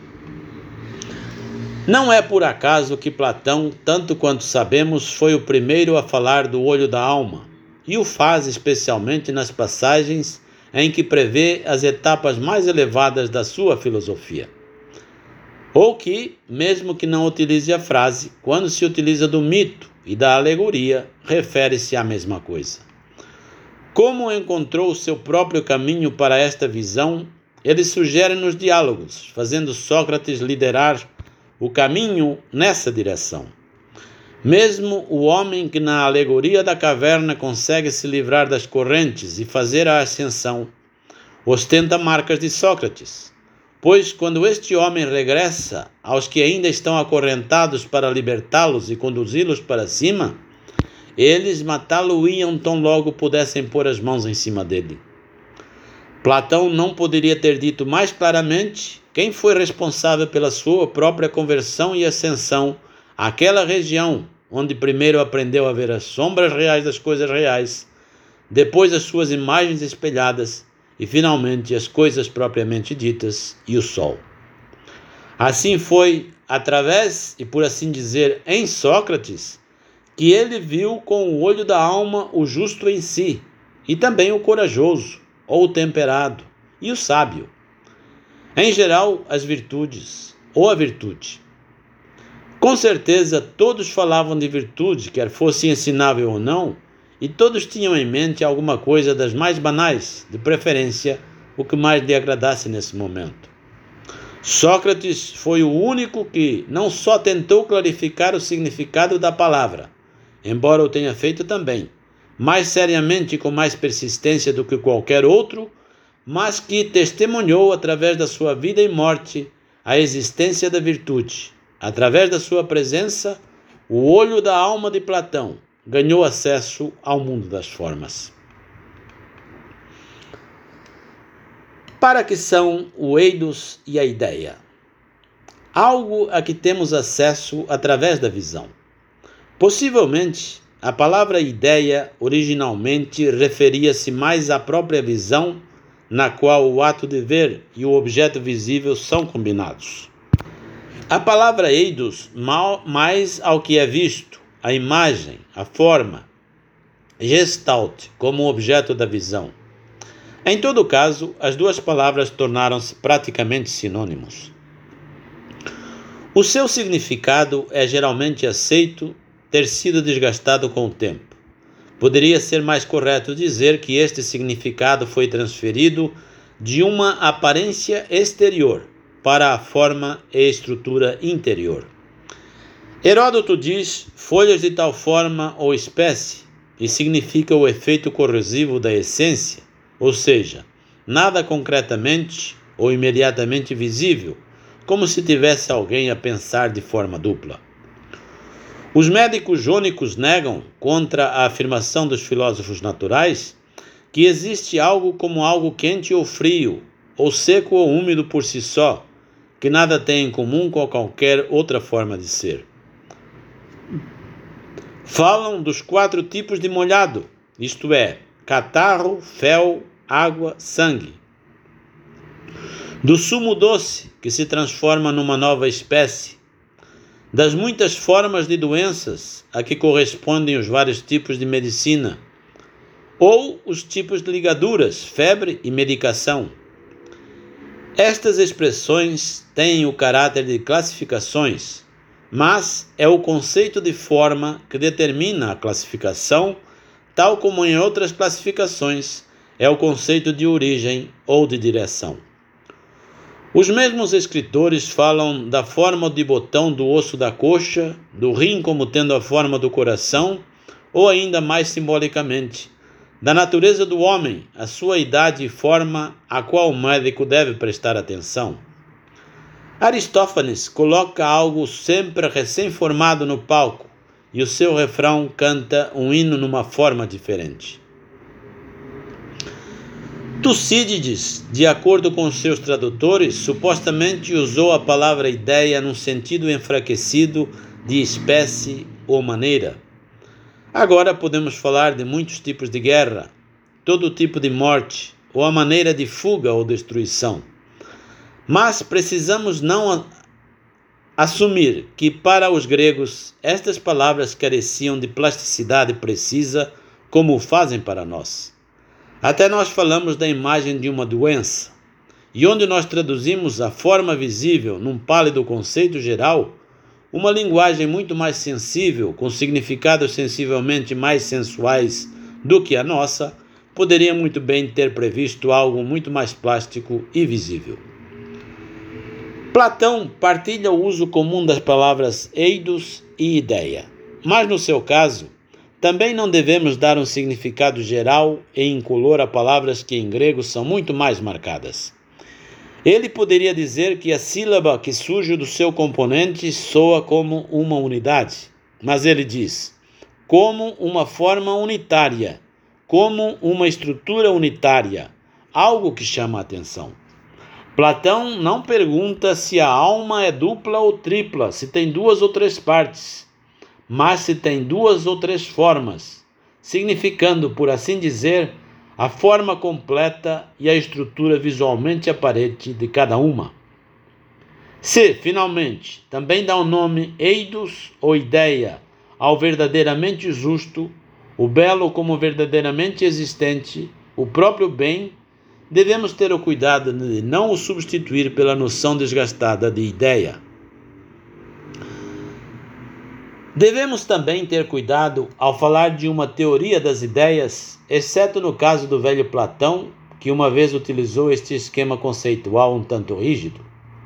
Não é por acaso que Platão, tanto quanto sabemos, foi o primeiro a falar do olho da alma, e o faz especialmente nas passagens em que prevê as etapas mais elevadas da sua filosofia. Ou que, mesmo que não utilize a frase, quando se utiliza do mito e da alegoria, refere-se à mesma coisa. Como encontrou o seu próprio caminho para esta visão, ele sugere nos diálogos, fazendo Sócrates liderar o caminho nessa direção. Mesmo o homem que na alegoria da caverna consegue se livrar das correntes e fazer a ascensão, ostenta marcas de Sócrates, pois quando este homem regressa aos que ainda estão acorrentados para libertá-los e conduzi-los para cima, eles matá-lo-iam tão logo pudessem pôr as mãos em cima dele. Platão não poderia ter dito mais claramente quem foi responsável pela sua própria conversão e ascensão àquela região onde primeiro aprendeu a ver as sombras reais das coisas reais, depois as suas imagens espelhadas e finalmente as coisas propriamente ditas e o sol. Assim foi através e, por assim dizer, em Sócrates, que ele viu com o olho da alma o justo em si, e também o corajoso, ou o temperado, e o sábio. Em geral, as virtudes, ou a virtude. Com certeza, todos falavam de virtude, quer fosse ensinável ou não, e todos tinham em mente alguma coisa das mais banais, de preferência o que mais lhe agradasse nesse momento. Sócrates foi o único que não só tentou clarificar o significado da palavra, embora o tenha feito também, mais seriamente e com mais persistência do que qualquer outro, mas que testemunhou através da sua vida e morte a existência da virtude. Através da sua presença, o olho da alma de Platão ganhou acesso ao mundo das formas. Para que são o eidos e a ideia? Algo a que temos acesso através da visão. Possivelmente, a palavra ideia originalmente referia-se mais à própria visão, na qual o ato de ver e o objeto visível são combinados. A palavra eidos mais ao que é visto, a imagem, a forma, gestalt como objeto da visão. Em todo caso, as duas palavras tornaram-se praticamente sinônimos. O seu significado é geralmente aceito ter sido desgastado com o tempo. Poderia ser mais correto dizer que este significado foi transferido de uma aparência exterior para a forma e estrutura interior. Heródoto diz folhas de tal forma ou espécie, e significa o efeito corrosivo da essência, ou seja, nada concretamente ou imediatamente visível, como se tivesse alguém a pensar de forma dupla. Os médicos jônicos negam, contra a afirmação dos filósofos naturais, que existe algo como algo quente ou frio, ou seco ou úmido por si só, que nada tem em comum com qualquer outra forma de ser. Falam dos quatro tipos de molhado, isto é, catarro, fel, água, sangue. Do sumo doce, que se transforma numa nova espécie. Das muitas formas de doenças a que correspondem os vários tipos de medicina, ou os tipos de ligaduras, febre e medicação. Estas expressões têm o caráter de classificações, mas é o conceito de forma que determina a classificação, tal como em outras classificações é o conceito de origem ou de direção. Os mesmos escritores falam da forma de botão do osso da coxa, do rim como tendo a forma do coração, ou ainda mais simbolicamente, da natureza do homem, a sua idade e forma a qual o médico deve prestar atenção. Aristófanes coloca algo sempre recém-formado no palco, e o seu refrão canta um hino numa forma diferente. Tucídides, de acordo com seus tradutores, supostamente usou a palavra ideia num sentido enfraquecido de espécie ou maneira. Agora podemos falar de muitos tipos de guerra, todo tipo de morte, ou a maneira de fuga ou destruição. Mas precisamos não assumir que, para os gregos, estas palavras careciam de plasticidade precisa, como o fazem para nós. Até nós falamos da imagem de uma doença, e onde nós traduzimos a forma visível num pálido conceito geral, uma linguagem muito mais sensível, com significados sensivelmente mais sensuais do que a nossa, poderia muito bem ter previsto algo muito mais plástico e visível. Platão partilha o uso comum das palavras eidos e ideia, mas no seu caso, também não devemos dar um significado geral e incolor a palavras que em grego são muito mais marcadas. Ele poderia dizer que a sílaba que surge do seu componente soa como uma unidade, mas ele diz, como uma forma unitária, como uma estrutura unitária, algo que chama a atenção. Platão não pergunta se a alma é dupla ou tripla, se tem duas ou três partes, mas se tem duas ou três formas, significando, por assim dizer, a forma completa e a estrutura visualmente aparente de cada uma. Se, finalmente, também dá o nome eidos ou ideia ao verdadeiramente justo, o belo como verdadeiramente existente, o próprio bem, devemos ter o cuidado de não o substituir pela noção desgastada de ideia. Devemos também ter cuidado ao falar de uma teoria das ideias, exceto no caso do velho Platão, que uma vez utilizou este esquema conceitual um tanto rígido.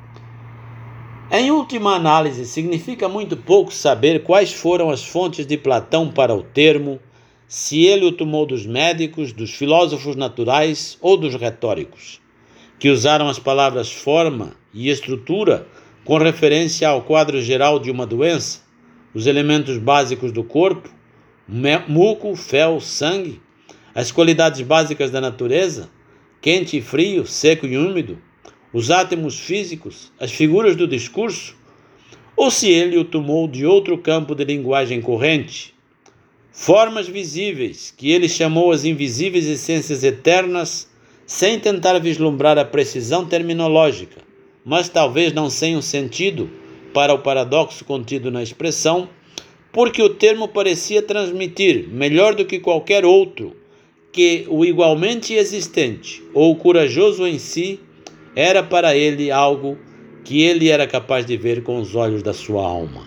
Em última análise, significa muito pouco saber quais foram as fontes de Platão para o termo, se ele o tomou dos médicos, dos filósofos naturais ou dos retóricos, que usaram as palavras forma e estrutura com referência ao quadro geral de uma doença, os elementos básicos do corpo, muco, fel, sangue, as qualidades básicas da natureza, quente e frio, seco e úmido, os átomos físicos, as figuras do discurso, ou se ele o tomou de outro campo de linguagem corrente, formas visíveis, que ele chamou as invisíveis essências eternas, sem tentar vislumbrar a precisão terminológica, mas talvez não sem um sentido para o paradoxo contido na expressão, porque o termo parecia transmitir, melhor do que qualquer outro, que o igualmente existente, ou o corajoso em si, era para ele algo que ele era capaz de ver com os olhos da sua alma.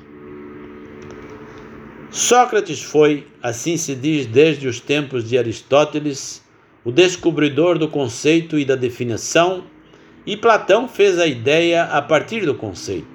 Sócrates foi, assim se diz desde os tempos de Aristóteles, o descobridor do conceito e da definição, e Platão fez a ideia a partir do conceito.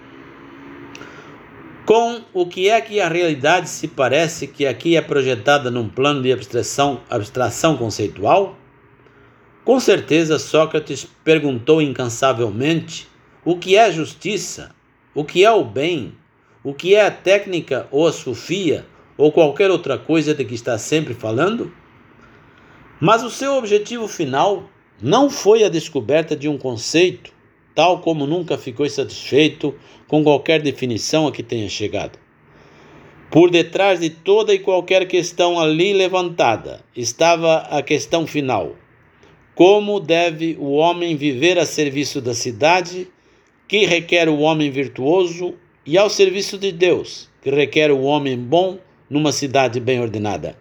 Com o que é que a realidade se parece que aqui é projetada num plano de abstração, abstração conceitual? Com certeza Sócrates perguntou incansavelmente o que é justiça, o que é o bem, o que é a técnica ou a sofia ou qualquer outra coisa de que está sempre falando? Mas o seu objetivo final não foi a descoberta de um conceito, tal como nunca ficou satisfeito com qualquer definição a que tenha chegado. Por detrás de toda e qualquer questão ali levantada, estava a questão final: como deve o homem viver a serviço da cidade, que requer o homem virtuoso, e ao serviço de Deus, que requer o homem bom numa cidade bem ordenada?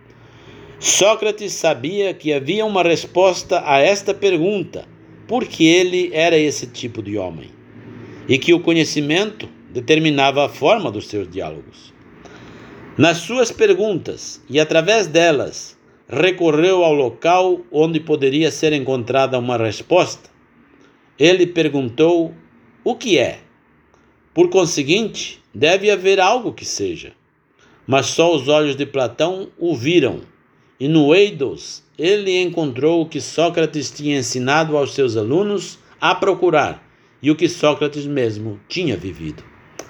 Sócrates sabia que havia uma resposta a esta pergunta, porque ele era esse tipo de homem, e que o conhecimento determinava a forma dos seus diálogos. Nas suas perguntas, e através delas, recorreu ao local onde poderia ser encontrada uma resposta. Ele perguntou: o que é? Por conseguinte, deve haver algo que seja. Mas só os olhos de Platão o viram, e no Eidos ele encontrou o que Sócrates tinha ensinado aos seus alunos a procurar e o que Sócrates mesmo tinha vivido.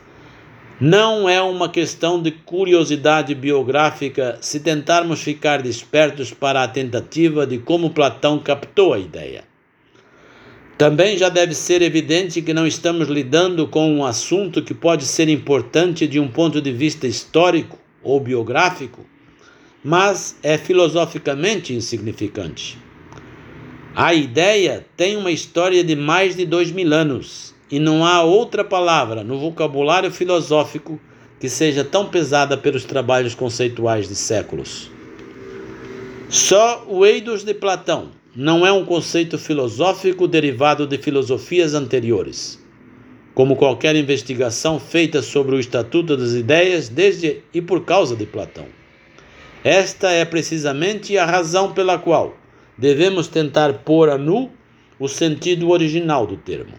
Não é uma questão de curiosidade biográfica se tentarmos ficar despertos para a tentativa de como Platão captou a ideia. Também já deve ser evidente que não estamos lidando com um assunto que pode ser importante de um ponto de vista histórico ou biográfico, mas é filosoficamente insignificante. A ideia tem uma história de mais de dois mil anos, e não há outra palavra no vocabulário filosófico que seja tão pesada pelos trabalhos conceituais de séculos. Só o Eidos de Platão não é um conceito filosófico derivado de filosofias anteriores, como qualquer investigação feita sobre o Estatuto das Ideias desde e por causa de Platão. Esta é precisamente a razão pela qual devemos tentar pôr a nu o sentido original do termo.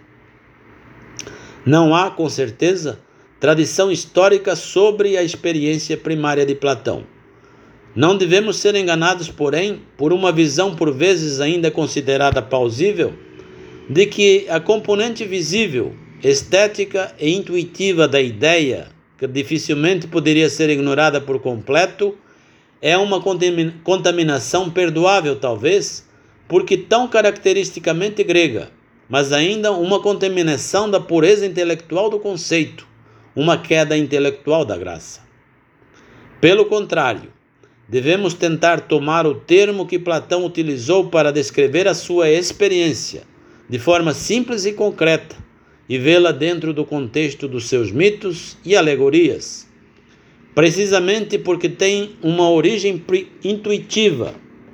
Não há, com certeza, tradição histórica sobre a experiência primária de Platão. Não devemos ser enganados, porém, por uma visão por vezes ainda considerada plausível de que a componente visível, estética e intuitiva da ideia, que dificilmente poderia ser ignorada por completo, é uma contaminação perdoável, talvez, porque tão caracteristicamente grega, mas ainda uma contaminação da pureza intelectual do conceito, uma queda intelectual da graça. Pelo contrário, devemos tentar tomar o termo que Platão utilizou para descrever a sua experiência, de forma simples e concreta, e vê-la dentro do contexto dos seus mitos e alegorias, precisamente porque tem uma origem intuitiva.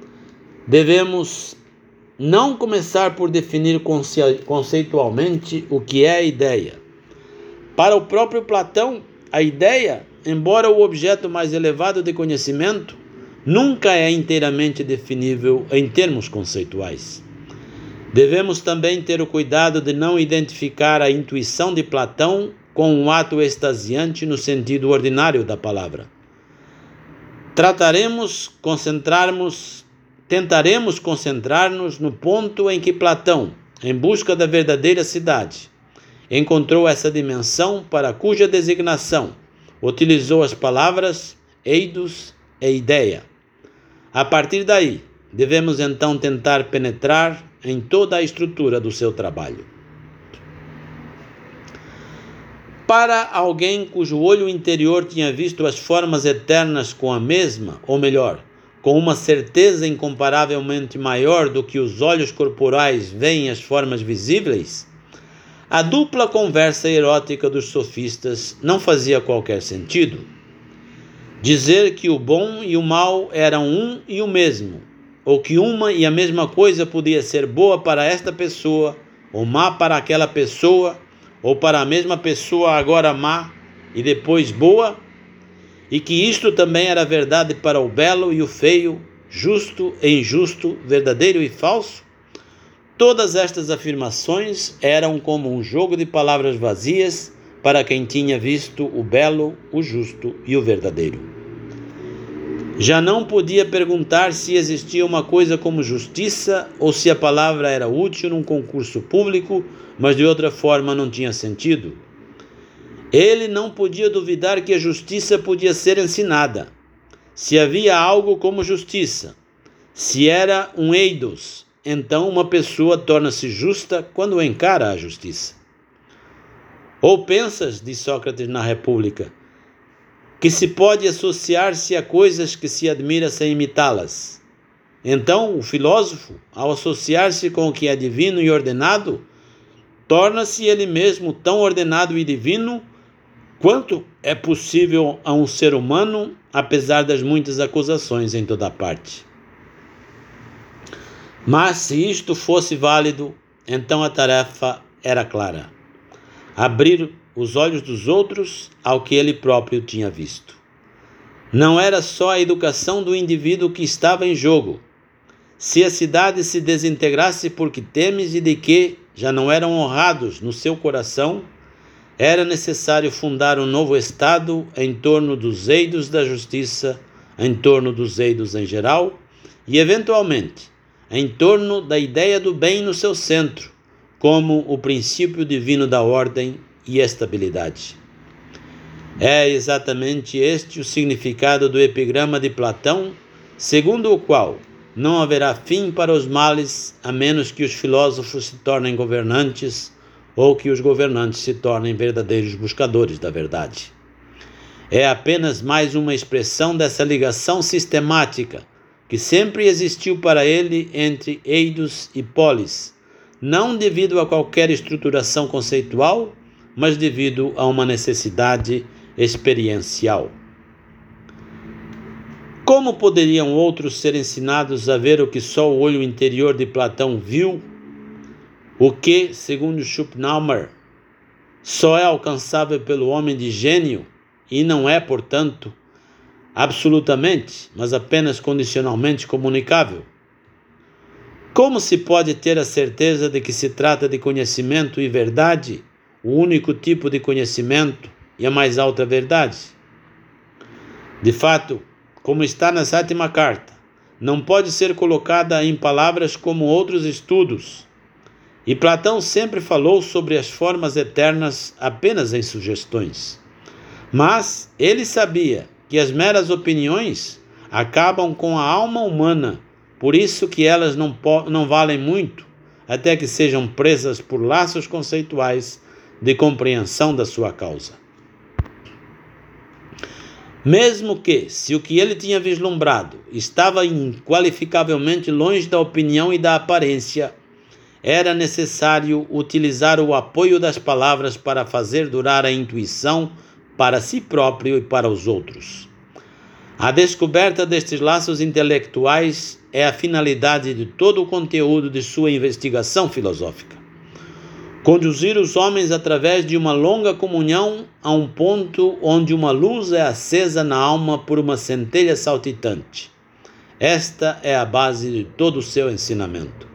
Devemos não começar por definir conceitualmente o que é a ideia. Para o próprio Platão, a ideia, embora o objeto mais elevado de conhecimento, nunca é inteiramente definível em termos conceituais. Devemos também ter o cuidado de não identificar a intuição de Platão com um ato extasiante no sentido ordinário da palavra. Trataremos, concentrarmos, tentaremos concentrar-nos no ponto em que Platão, em busca da verdadeira cidade, encontrou essa dimensão para cuja designação utilizou as palavras eidos e ideia. A partir daí, devemos então tentar penetrar em toda a estrutura do seu trabalho. Para alguém cujo olho interior tinha visto as formas eternas com a mesma, ou melhor, com uma certeza incomparavelmente maior do que os olhos corporais veem as formas visíveis, a dupla conversa erótica dos sofistas não fazia qualquer sentido. Dizer que o bom e o mal eram um e o mesmo, ou que uma e a mesma coisa podia ser boa para esta pessoa, ou má para aquela pessoa, ou para a mesma pessoa agora má e depois boa, e que isto também era verdade para o belo e o feio, justo e injusto, verdadeiro e falso, todas estas afirmações eram como um jogo de palavras vazias para quem tinha visto o belo, o justo e o verdadeiro. Já não podia perguntar se existia uma coisa como justiça ou se a palavra era útil num concurso público, mas de outra forma não tinha sentido. Ele não podia duvidar que a justiça podia ser ensinada. Se havia algo como justiça, se era um eidos, então uma pessoa torna-se justa quando encara a justiça. Ou pensas, diz Sócrates na República, que se pode associar-se a coisas que se admira sem imitá-las. Então, o filósofo, ao associar-se com o que é divino e ordenado, torna-se ele mesmo tão ordenado e divino quanto é possível a um ser humano, apesar das muitas acusações em toda parte. Mas se isto fosse válido, então a tarefa era clara: abrir os olhos dos outros ao que ele próprio tinha visto. Não era só a educação do indivíduo que estava em jogo. Se a cidade se desintegrasse porque Temes e de que já não eram honrados no seu coração, era necessário fundar um novo Estado em torno dos eidos da justiça, em torno dos eidos em geral e, eventualmente, em torno da ideia do bem no seu centro, como o princípio divino da ordem e estabilidade. É exatamente este o significado do epigrama de Platão, segundo o qual não haverá fim para os males a menos que os filósofos se tornem governantes ou que os governantes se tornem verdadeiros buscadores da verdade. É apenas mais uma expressão dessa ligação sistemática que sempre existiu para ele entre eidos e polis, não devido a qualquer estruturação conceitual, mas devido a uma necessidade experiencial. Como poderiam outros ser ensinados a ver o que só o olho interior de Platão viu? O que, segundo Schopenhauer, só é alcançável pelo homem de gênio e não é, portanto, absolutamente, mas apenas condicionalmente comunicável? Como se pode ter a certeza de que se trata de conhecimento e verdade, o único tipo de conhecimento e a mais alta verdade? De fato, como está na sétima carta, não pode ser colocada em palavras como outros estudos, e Platão sempre falou sobre as formas eternas apenas em sugestões. Mas ele sabia que as meras opiniões acabam com a alma humana, por isso que elas não, po- não valem muito, até que sejam presas por laços conceituais de compreensão da sua causa. Mesmo que, se o que ele tinha vislumbrado estava inqualificavelmente longe da opinião e da aparência, era necessário utilizar o apoio das palavras para fazer durar a intuição para si próprio e para os outros. A descoberta destes laços intelectuais é a finalidade de todo o conteúdo de sua investigação filosófica. conduzir os homens através de uma longa comunhão a um ponto onde uma luz é acesa na alma por uma centelha saltitante. Esta é a base de todo o seu ensinamento.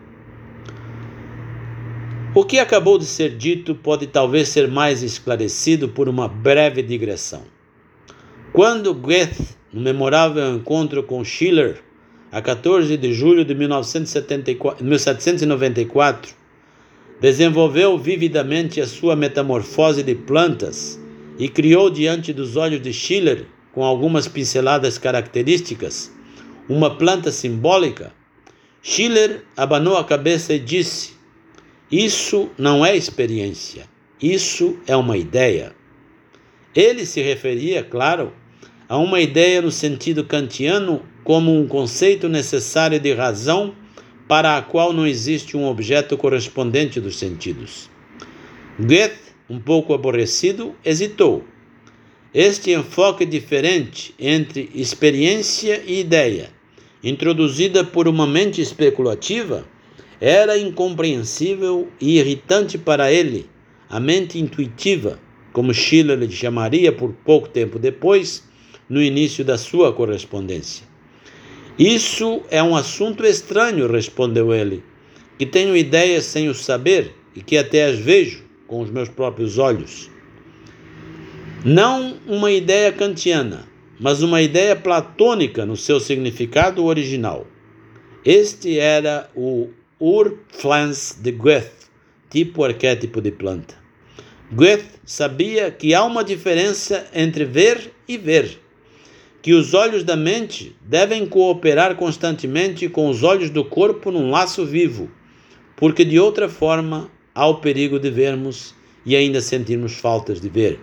O que acabou de ser dito pode talvez ser mais esclarecido por uma breve digressão. Quando Goethe, no memorável encontro com Schiller, a quatorze de julho de mil setecentos e noventa e quatro, desenvolveu vividamente a sua metamorfose de plantas e criou diante dos olhos de Schiller, com algumas pinceladas características, uma planta simbólica, Schiller abanou a cabeça e disse: "Isso não é experiência, isso é uma ideia." Ele se referia, claro, a uma ideia no sentido kantiano como um conceito necessário de razão para a qual não existe um objeto correspondente dos sentidos. Goethe, um pouco aborrecido, hesitou. Este enfoque diferente entre experiência e ideia, introduzida por uma mente especulativa, era incompreensível e irritante para ele, a mente intuitiva, como Schiller lhe chamaria por pouco tempo depois, no início da sua correspondência. "Isso é um assunto estranho", respondeu ele, "que tenho ideias sem o saber e que até as vejo com os meus próprios olhos. Não uma ideia kantiana, mas uma ideia platônica no seu significado original." Este era o Urpflanz de Goethe, tipo arquétipo de planta. Goethe sabia que há uma diferença entre ver e ver, que os olhos da mente devem cooperar constantemente com os olhos do corpo num laço vivo, porque de outra forma há o perigo de vermos e ainda sentirmos faltas de ver.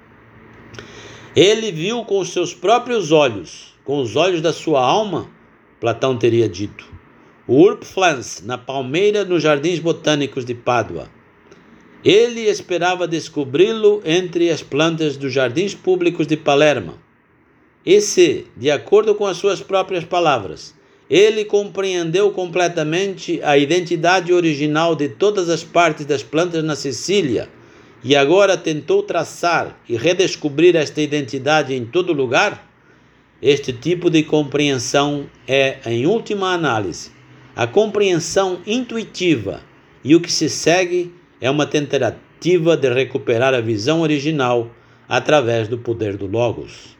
Ele viu com os seus próprios olhos, com os olhos da sua alma, Platão teria dito, o Urpflanz na palmeira nos Jardins Botânicos de Pádua. Ele esperava descobri-lo entre as plantas dos Jardins Públicos de Palermo. E se, de acordo com as suas próprias palavras, ele compreendeu completamente a identidade original de todas as partes das plantas na Sicília e agora tentou traçar e redescobrir esta identidade em todo lugar, este tipo de compreensão é, em última análise, a compreensão intuitiva, e o que se segue é uma tentativa de recuperar a visão original através do poder do Logos.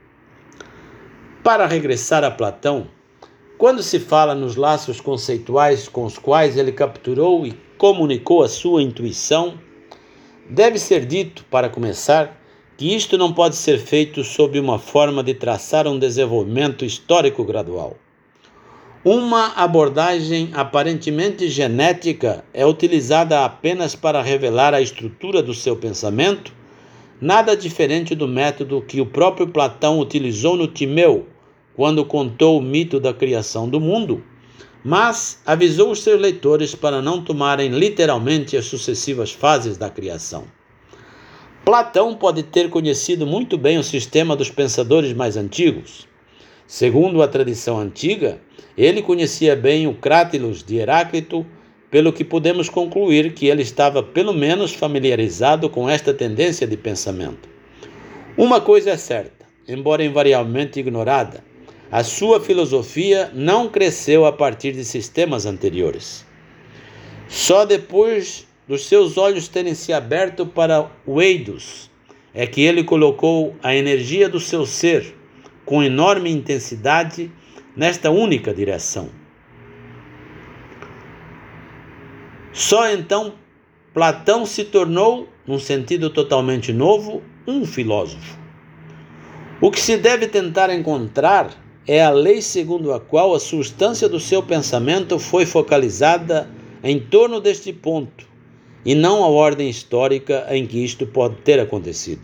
Para regressar a Platão, quando se fala nos laços conceituais com os quais ele capturou e comunicou a sua intuição, deve ser dito, para começar, que isto não pode ser feito sob uma forma de traçar um desenvolvimento histórico gradual. Uma abordagem aparentemente genética é utilizada apenas para revelar a estrutura do seu pensamento, nada diferente do método que o próprio Platão utilizou no Timeu, quando contou o mito da criação do mundo, mas avisou os seus leitores para não tomarem literalmente as sucessivas fases da criação. Platão pode ter conhecido muito bem o sistema dos pensadores mais antigos. Segundo a tradição antiga, ele conhecia bem o Crátilos de Heráclito, pelo que podemos concluir que ele estava pelo menos familiarizado com esta tendência de pensamento. Uma coisa é certa, embora invariavelmente ignorada, a sua filosofia não cresceu a partir de sistemas anteriores. Só depois dos seus olhos terem se aberto para o eidos é que ele colocou a energia do seu ser, com enorme intensidade, nesta única direção. Só então Platão se tornou, num sentido totalmente novo, um filósofo. O que se deve tentar encontrar é a lei segundo a qual a substância do seu pensamento foi focalizada em torno deste ponto, e não a ordem histórica em que isto pode ter acontecido.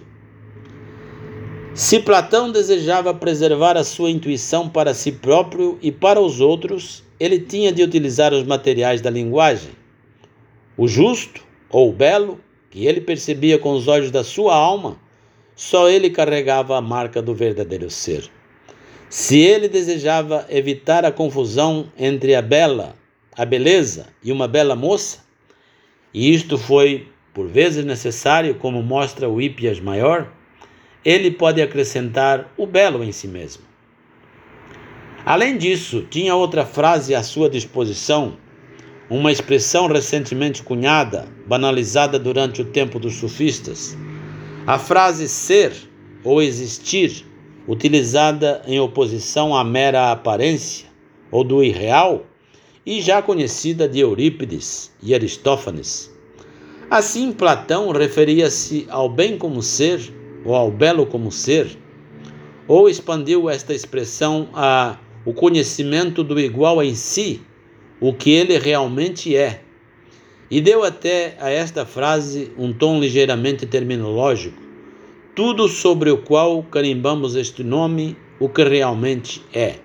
Se Platão desejava preservar a sua intuição para si próprio e para os outros, ele tinha de utilizar os materiais da linguagem. O justo, ou o belo, que ele percebia com os olhos da sua alma, só ele carregava a marca do verdadeiro ser. Se ele desejava evitar a confusão entre a bela, a beleza e uma bela moça, e isto foi por vezes necessário, como mostra o Hípias Maior, ele pode acrescentar o belo em si mesmo. Além disso, tinha outra frase à sua disposição, uma expressão recentemente cunhada, banalizada durante o tempo dos sofistas. A frase ser ou existir, utilizada em oposição à mera aparência ou do irreal, e já conhecida de Eurípides e Aristófanes. Assim, Platão referia-se ao bem como ser ou ao belo como ser, ou expandiu esta expressão a o conhecimento do igual em si, o que ele realmente é, e deu até a esta frase um tom ligeiramente terminológico, tudo sobre o qual carimbamos este nome, o que realmente é.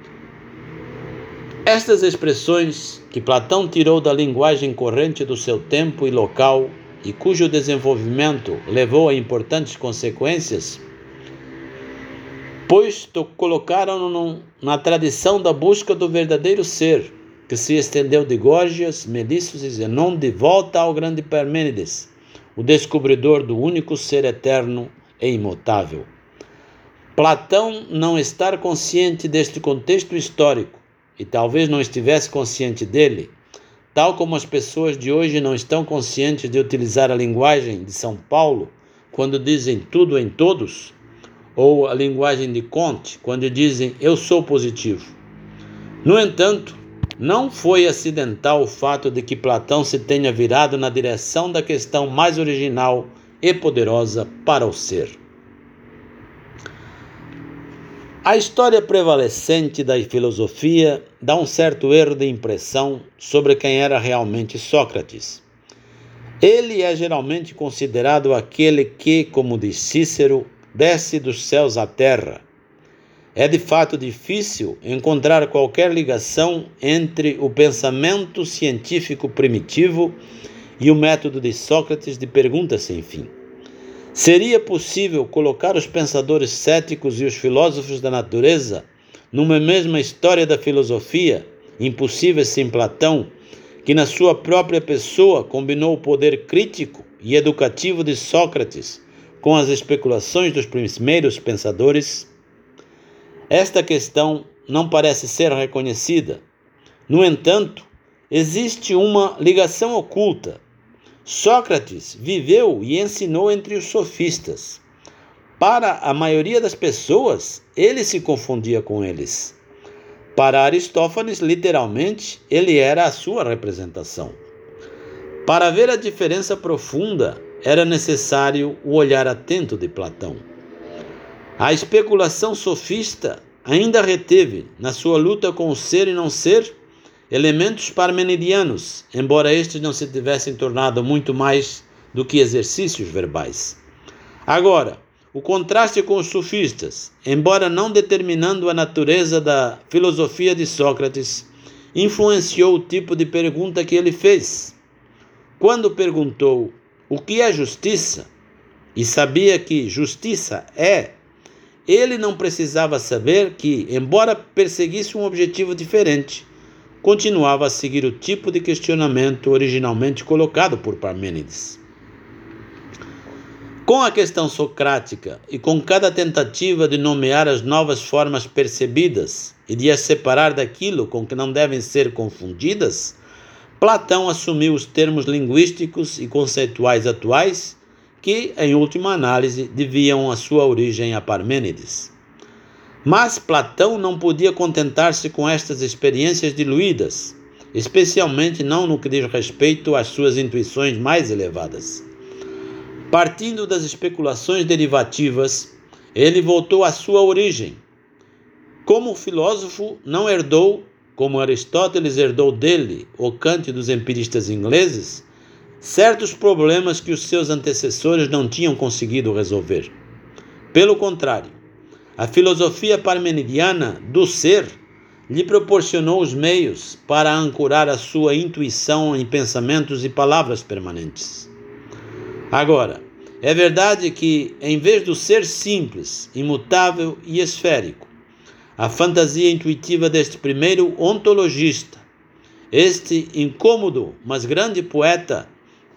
Estas expressões que Platão tirou da linguagem corrente do seu tempo e local e cujo desenvolvimento levou a importantes consequências, pois colocaram-no na tradição da busca do verdadeiro ser, que se estendeu de Gorgias, Melissos e Zenon de volta ao grande Parmênides, o descobridor do único ser eterno e imutável. Platão não estar consciente deste contexto histórico, e talvez não estivesse consciente dele, tal como as pessoas de hoje não estão conscientes de utilizar a linguagem de São Paulo quando dizem tudo em todos, ou a linguagem de Comte quando dizem eu sou positivo. No entanto, não foi acidental o fato de que Platão se tenha virado na direção da questão mais original e poderosa para o ser. A história prevalecente da filosofia dá um certo erro de impressão sobre quem era realmente Sócrates. Ele é geralmente considerado aquele que, como diz Cícero, desce dos céus à terra. É de fato difícil encontrar qualquer ligação entre o pensamento científico primitivo e o método de Sócrates de perguntas sem fim. Seria possível colocar os pensadores céticos e os filósofos da natureza numa mesma história da filosofia, impossível sem Platão, que na sua própria pessoa combinou o poder crítico e educativo de Sócrates com as especulações dos primeiros pensadores? Esta questão não parece ser reconhecida. No entanto, existe uma ligação oculta. Sócrates viveu e ensinou entre os sofistas. Para a maioria das pessoas, ele se confundia com eles. Para Aristófanes, literalmente, ele era a sua representação. Para ver a diferença profunda, era necessário o olhar atento de Platão. A especulação sofista ainda reteve, na sua luta com o ser e não ser, elementos parmenidianos, embora estes não se tivessem tornado muito mais do que exercícios verbais. Agora, o contraste com os sofistas, embora não determinando a natureza da filosofia de Sócrates, influenciou o tipo de pergunta que ele fez. Quando perguntou o que é justiça, e sabia que justiça é, ele não precisava saber que, embora perseguisse um objetivo diferente, continuava a seguir o tipo de questionamento originalmente colocado por Parmênides. Com a questão socrática e com cada tentativa de nomear as novas formas percebidas e de as separar daquilo com que não devem ser confundidas, Platão assumiu os termos linguísticos e conceituais atuais que, em última análise, deviam a sua origem a Parmênides. Mas Platão não podia contentar-se com estas experiências diluídas, especialmente não no que diz respeito às suas intuições mais elevadas. Partindo das especulações derivativas, ele voltou à sua origem. Como filósofo, não herdou, como Aristóteles herdou dele, o Kant dos empiristas ingleses, certos problemas que os seus antecessores não tinham conseguido resolver. Pelo contrário, a filosofia parmenidiana do ser lhe proporcionou os meios para ancorar a sua intuição em pensamentos e palavras permanentes. Agora, é verdade que, em vez do ser simples, imutável e esférico, a fantasia intuitiva deste primeiro ontologista, este incômodo, mas grande poeta,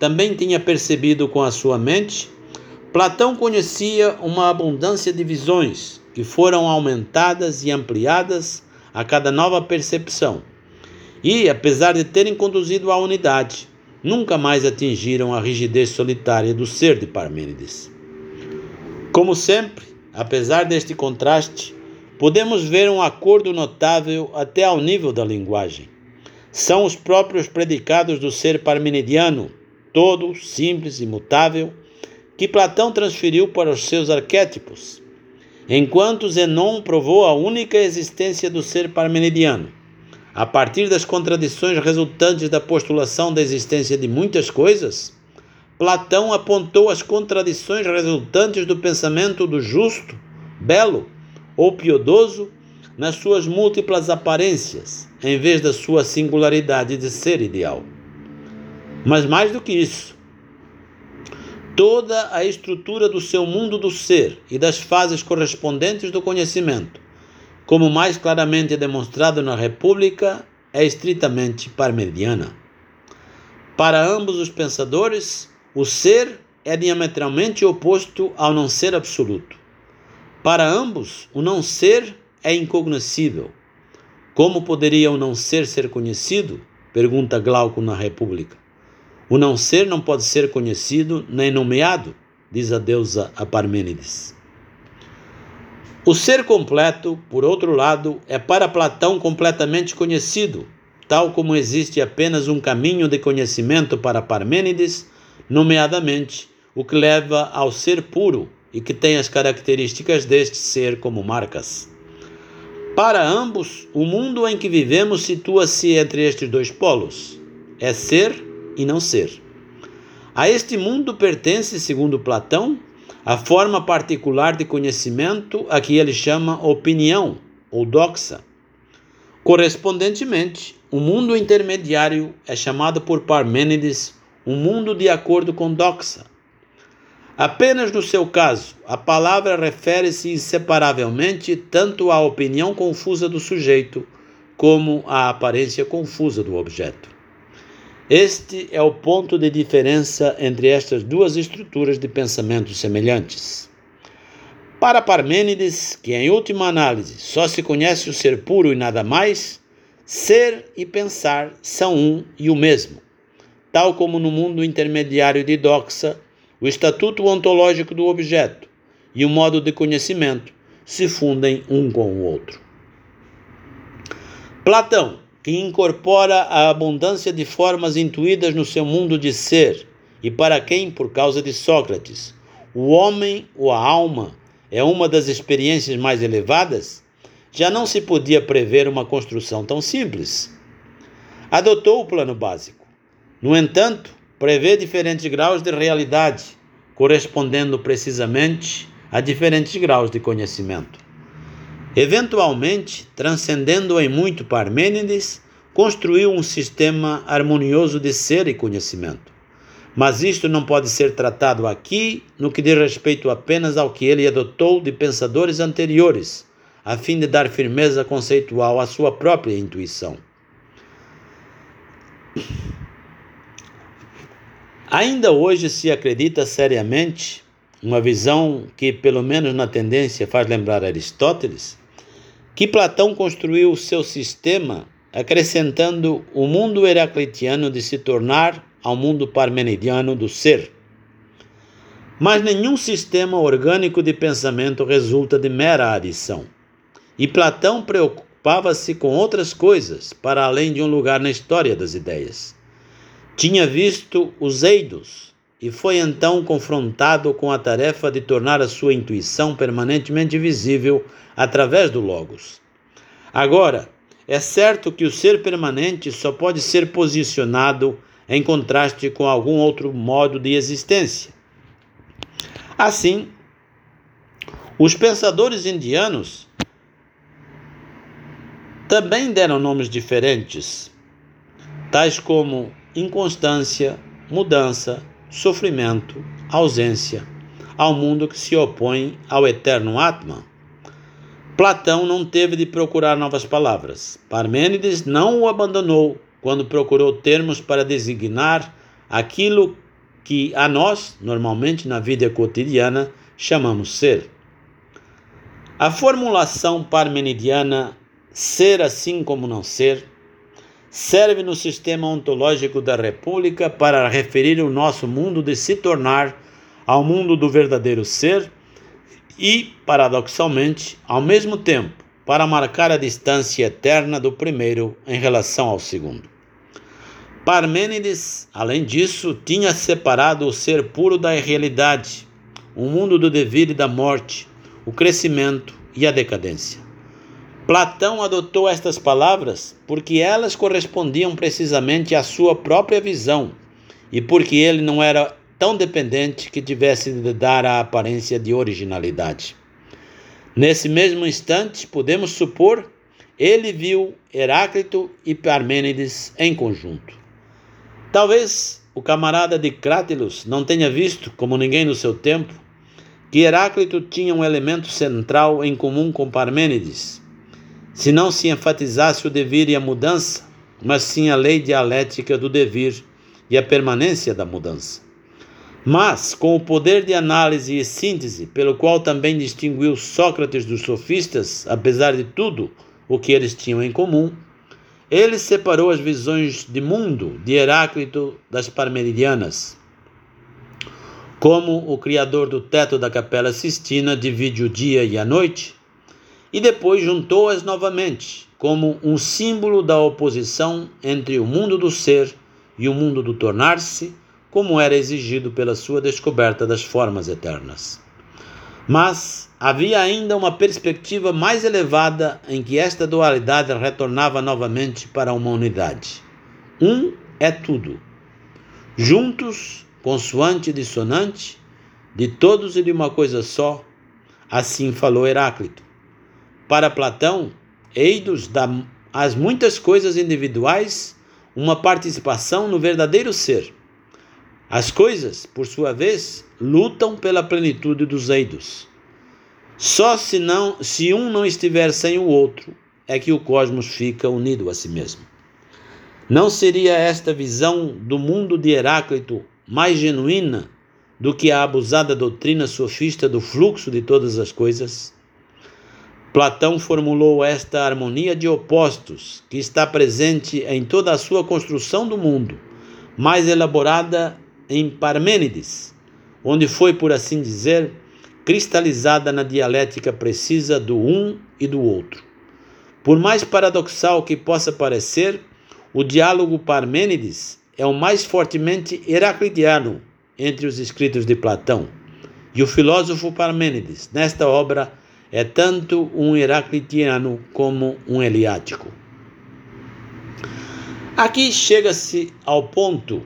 também tinha percebido com a sua mente, Platão conhecia uma abundância de visões que foram aumentadas e ampliadas a cada nova percepção. E, apesar de terem conduzido à unidade, nunca mais atingiram a rigidez solitária do ser de Parmênides. Como sempre, apesar deste contraste, podemos ver um acordo notável até ao nível da linguagem. São os próprios predicados do ser parmenidiano, todo, simples e imutável, que Platão transferiu para os seus arquétipos, enquanto Zenon provou a única existência do ser parmenidiano. A partir das contradições resultantes da postulação da existência de muitas coisas, Platão apontou as contradições resultantes do pensamento do justo, belo ou piedoso nas suas múltiplas aparências, em vez da sua singularidade de ser ideal. Mas mais do que isso, toda a estrutura do seu mundo do ser e das fases correspondentes do conhecimento, como mais claramente demonstrado na República, é estritamente parmenidiana. Para ambos os pensadores, o ser é diametralmente oposto ao não ser absoluto. Para ambos, o não ser é incognoscível. Como poderia o não ser ser conhecido? Pergunta Glauco na República. O não ser não pode ser conhecido nem nomeado, diz a deusa a Parmênides. O ser completo, por outro lado, é para Platão completamente conhecido, tal como existe apenas um caminho de conhecimento para Parmênides, nomeadamente o que leva ao ser puro e que tem as características deste ser como marcas. Para ambos, o mundo em que vivemos situa-se entre estes dois polos. É ser e não ser. A este mundo pertence, segundo Platão, a forma particular de conhecimento a que ele chama opinião, ou doxa. Correspondentemente, o mundo intermediário é chamado por Parmênides um mundo de acordo com doxa. Apenas no seu caso, a palavra refere-se inseparavelmente tanto à opinião confusa do sujeito como à aparência confusa do objeto. Este é o ponto de diferença entre estas duas estruturas de pensamento semelhantes. Para Parmênides, que em última análise só se conhece o ser puro e nada mais, ser e pensar são um e o mesmo. Tal como no mundo intermediário de doxa, o estatuto ontológico do objeto e o modo de conhecimento se fundem um com o outro. Platão, que incorpora a abundância de formas intuídas no seu mundo de ser, e para quem, por causa de Sócrates, o homem ou a alma é uma das experiências mais elevadas, já não se podia prever uma construção tão simples. Adotou o plano básico. No entanto, prevê diferentes graus de realidade, correspondendo precisamente a diferentes graus de conhecimento. Eventualmente, transcendendo em muito Parmênides, construiu um sistema harmonioso de ser e conhecimento. Mas isto não pode ser tratado aqui no que diz respeito apenas ao que ele adotou de pensadores anteriores, a fim de dar firmeza conceitual à sua própria intuição. Ainda hoje se acredita seriamente, uma visão que, pelo menos na tendência, faz lembrar Aristóteles, que Platão construiu o seu sistema acrescentando o mundo heraclitiano de se tornar ao mundo parmenidiano do ser. Mas nenhum sistema orgânico de pensamento resulta de mera adição. E Platão preocupava-se com outras coisas, para além de um lugar na história das ideias. Tinha visto os eidos e foi então confrontado com a tarefa de tornar a sua intuição permanentemente visível através do Logos. Agora, é certo que o ser permanente só pode ser posicionado em contraste com algum outro modo de existência. Assim, os pensadores indianos também deram nomes diferentes, tais como inconstância, mudança, sofrimento, ausência, ao mundo que se opõe ao eterno Atman. Platão não teve de procurar novas palavras. Parmênides não o abandonou quando procurou termos para designar aquilo que a nós, normalmente na vida cotidiana, chamamos ser. A formulação parmenidiana, ser assim como não ser, serve no sistema ontológico da República para referir o nosso mundo de se tornar ao mundo do verdadeiro ser e, paradoxalmente, ao mesmo tempo, para marcar a distância eterna do primeiro em relação ao segundo. Parmênides, além disso, tinha separado o ser puro da irrealidade, o mundo do devir e da morte, o crescimento e a decadência. Platão adotou estas palavras porque elas correspondiam precisamente à sua própria visão e porque ele não era tão dependente que tivesse de dar a aparência de originalidade. Nesse mesmo instante, podemos supor, ele viu Heráclito e Parmênides em conjunto. Talvez o camarada de Crátelos não tenha visto, como ninguém no seu tempo, que Heráclito tinha um elemento central em comum com Parmênides, se não se enfatizasse o devir e a mudança, mas sim a lei dialética do devir e a permanência da mudança. Mas, com o poder de análise e síntese, pelo qual também distinguiu Sócrates dos sofistas, apesar de tudo o que eles tinham em comum, ele separou as visões de mundo de Heráclito das parmenidianas. Como o criador do teto da Capela Sistina divide o dia e a noite, e depois juntou-as novamente, como um símbolo da oposição entre o mundo do ser e o mundo do tornar-se, como era exigido pela sua descoberta das formas eternas. Mas havia ainda uma perspectiva mais elevada em que esta dualidade retornava novamente para uma unidade. Um é tudo. Juntos, consoante e dissonante, de todos e de uma coisa só, assim falou Heráclito. Para Platão, Eidos dá às muitas coisas individuais uma participação no verdadeiro ser. As coisas, por sua vez, lutam pela plenitude dos eidos. Só se, não, se um não estiver sem o outro, é que o cosmos fica unido a si mesmo. Não seria esta visão do mundo de Heráclito mais genuína do que a abusada doutrina sofista do fluxo de todas as coisas? Platão formulou esta harmonia de opostos que está presente em toda a sua construção do mundo, mais elaborada em Parmênides, onde foi, por assim dizer, cristalizada na dialética precisa do um e do outro. Por mais paradoxal que possa parecer, o diálogo Parmênides é o mais fortemente heraclitiano entre os escritos de Platão, e o filósofo Parmênides, nesta obra, é tanto um heraclitiano como um eliático. Aqui chega-se ao ponto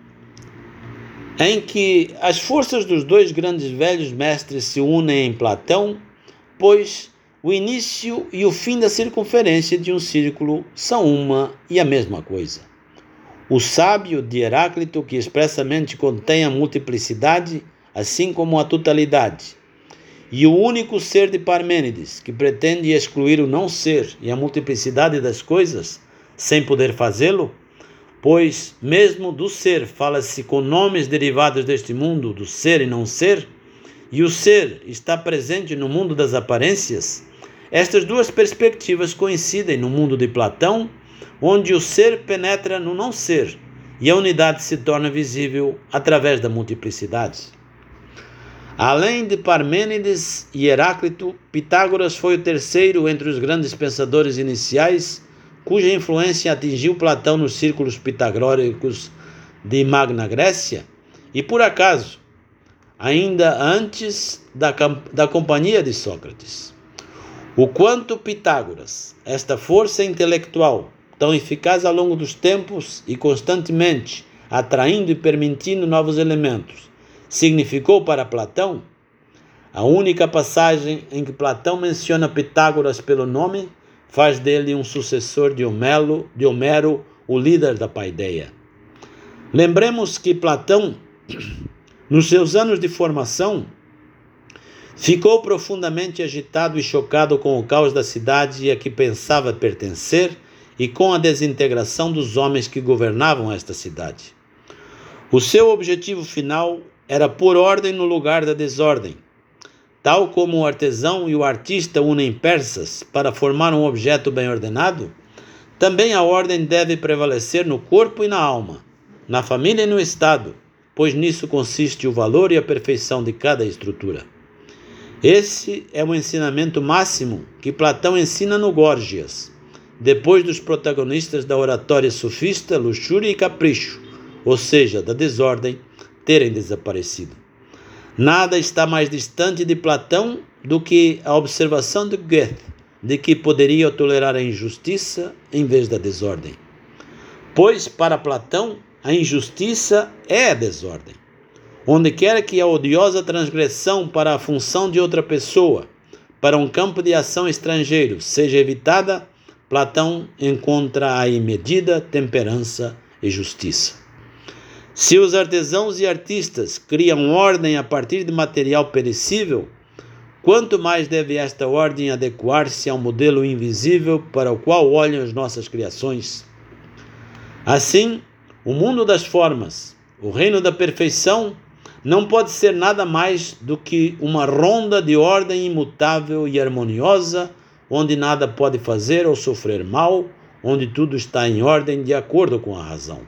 em que as forças dos dois grandes velhos mestres se unem em Platão, pois o início e o fim da circunferência de um círculo são uma e a mesma coisa. O sábio de Heráclito, que expressamente contém a multiplicidade, assim como a totalidade, e o único ser de Parmênides, que pretende excluir o não ser e a multiplicidade das coisas, sem poder fazê-lo, pois mesmo do ser fala-se com nomes derivados deste mundo, do ser e não ser, e o ser está presente no mundo das aparências, estas duas perspectivas coincidem no mundo de Platão, onde o ser penetra no não ser, e a unidade se torna visível através da multiplicidade. Além de Parmênides e Heráclito, Pitágoras foi o terceiro entre os grandes pensadores iniciais, cuja influência atingiu Platão nos círculos pitagóricos de Magna Grécia, e por acaso, ainda antes da, da companhia de Sócrates. O quanto Pitágoras, esta força intelectual, tão eficaz ao longo dos tempos e constantemente atraindo e permitindo novos elementos, significou para Platão, a única passagem em que Platão menciona Pitágoras pelo nome faz dele um sucessor de Homero, de Homero, o líder da paideia. Lembremos que Platão, nos seus anos de formação, ficou profundamente agitado e chocado com o caos da cidade a que pensava pertencer e com a desintegração dos homens que governavam esta cidade. O seu objetivo final era pôr ordem no lugar da desordem. Tal como o artesão e o artista unem peças para formar um objeto bem ordenado, também a ordem deve prevalecer no corpo e na alma, na família e no Estado, pois nisso consiste o valor e a perfeição de cada estrutura. Esse é o ensinamento máximo que Platão ensina no Górgias, depois dos protagonistas da oratória sofista, luxúria e capricho, ou seja, da desordem, terem desaparecido. Nada está mais distante de Platão do que a observação de Goethe, de que poderia tolerar a injustiça em vez da desordem. Pois, para Platão, a injustiça é a desordem. Onde quer que a odiosa transgressão para a função de outra pessoa, para um campo de ação estrangeiro, seja evitada, Platão encontra aí medida, temperança e justiça. Se os artesãos e artistas criam ordem a partir de material perecível, quanto mais deve esta ordem adequar-se ao modelo invisível para o qual olham as nossas criações. Assim, o mundo das formas, o reino da perfeição, não pode ser nada mais do que uma ronda de ordem imutável e harmoniosa, onde nada pode fazer ou sofrer mal, onde tudo está em ordem de acordo com a razão.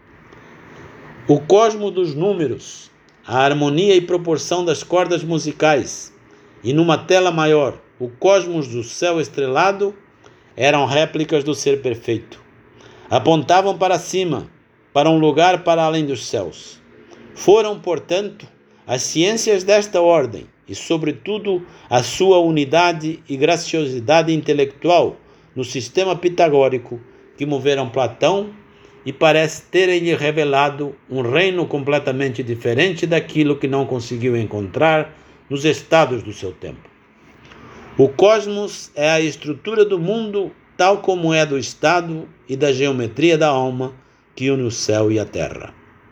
O cosmo dos números, a harmonia e proporção das cordas musicais, e numa tela maior, o cosmos do céu estrelado, eram réplicas do ser perfeito. Apontavam para cima, para um lugar para além dos céus. Foram, portanto, as ciências desta ordem, e sobretudo a sua unidade e graciosidade intelectual no sistema pitagórico, que moveram Platão e parece terem-lhe revelado um reino completamente diferente daquilo que não conseguiu encontrar nos estados do seu tempo. O cosmos é a estrutura do mundo tal como é do estado e da geometria da alma que une o céu e a terra.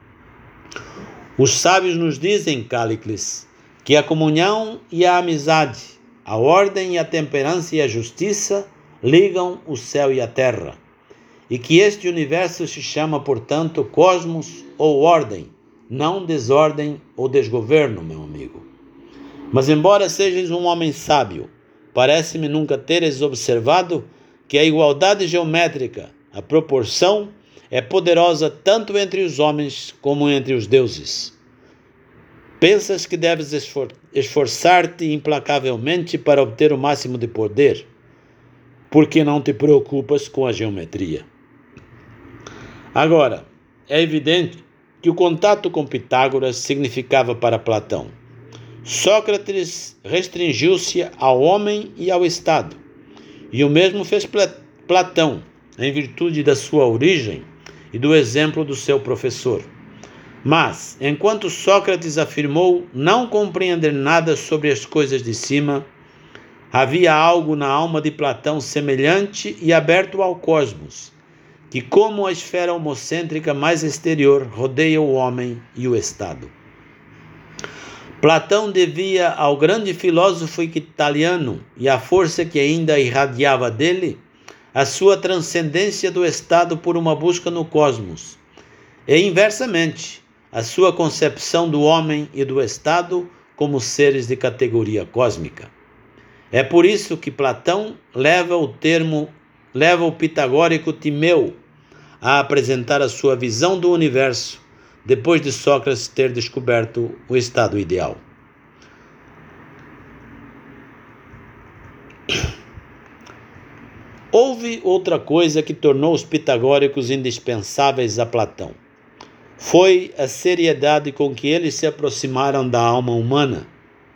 Os sábios nos dizem, Cállicles, que a comunhão e a amizade, a ordem e a temperança e a justiça ligam o céu e a terra, e que este universo se chama, portanto, cosmos ou ordem, não desordem ou desgoverno, meu amigo. Mas embora sejas um homem sábio, parece-me nunca teres observado que a igualdade geométrica, a proporção, é poderosa tanto entre os homens como entre os deuses. Pensas que deves esfor- esforçar-te implacavelmente para obter o máximo de poder, porque não te preocupas com a geometria. Agora, é evidente que o contato com Pitágoras significava para Platão. Sócrates restringiu-se ao homem e ao Estado, e o mesmo fez Platão, em virtude da sua origem e do exemplo do seu professor. Mas, enquanto Sócrates afirmou não compreender nada sobre as coisas de cima, havia algo na alma de Platão semelhante e aberto ao cosmos, que, como a esfera homocêntrica mais exterior, rodeia o homem e o Estado. Platão devia ao grande filósofo italiano e à força que ainda irradiava dele a sua transcendência do Estado por uma busca no cosmos, e, inversamente, a sua concepção do homem e do Estado como seres de categoria cósmica. É por isso que Platão leva o termo, leva o pitagórico Timeu a apresentar a sua visão do universo, depois de Sócrates ter descoberto o estado ideal. Houve outra coisa que tornou os pitagóricos indispensáveis a Platão. Foi a seriedade com que eles se aproximaram da alma humana.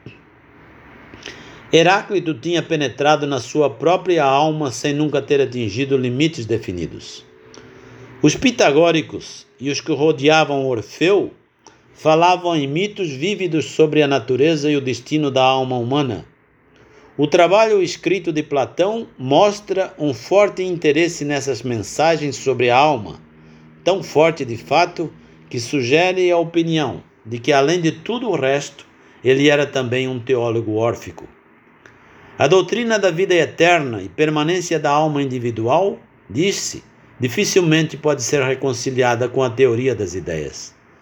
Heráclito tinha penetrado na sua própria alma sem nunca ter atingido limites definidos. Os pitagóricos e os que rodeavam Orfeu falavam em mitos vívidos sobre a natureza e o destino da alma humana. O trabalho escrito de Platão mostra um forte interesse nessas mensagens sobre a alma, tão forte de fato que sugere a opinião de que, além de tudo o resto, ele era também um teólogo órfico. A doutrina da vida eterna e permanência da alma individual, diz-se, dificilmente pode ser reconciliada com a teoria das ideias.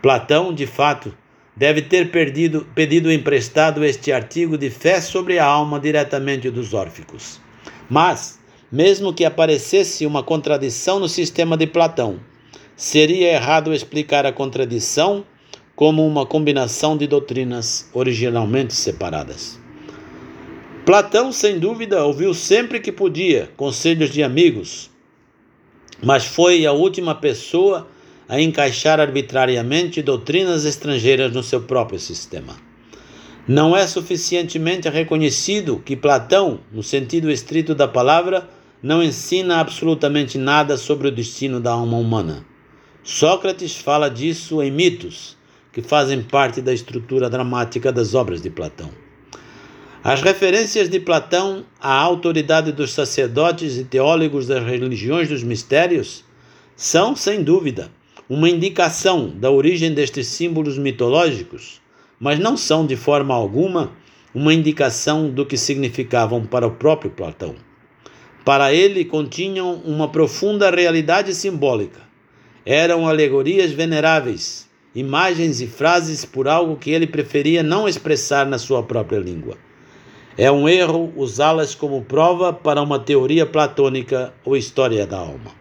Platão, de fato, deve ter perdido, pedido emprestado este artigo de fé sobre a alma diretamente dos órficos. Mas, mesmo que aparecesse uma contradição no sistema de Platão, seria errado explicar a contradição como uma combinação de doutrinas originalmente separadas. Platão, sem dúvida, ouviu sempre que podia conselhos de amigos, mas foi a última pessoa a encaixar arbitrariamente doutrinas estrangeiras no seu próprio sistema. Não é suficientemente reconhecido que Platão, no sentido estrito da palavra, não ensina absolutamente nada sobre o destino da alma humana. Sócrates fala disso em mitos, que fazem parte da estrutura dramática das obras de Platão. As referências de Platão à autoridade dos sacerdotes e teólogos das religiões dos mistérios são, sem dúvida, uma indicação da origem destes símbolos mitológicos, mas não são, de forma alguma, uma indicação do que significavam para o próprio Platão. Para ele, continham uma profunda realidade simbólica. Eram alegorias veneráveis, imagens e frases por algo que ele preferia não expressar na sua própria língua. É um erro usá-las como prova para uma teoria platônica ou história da alma.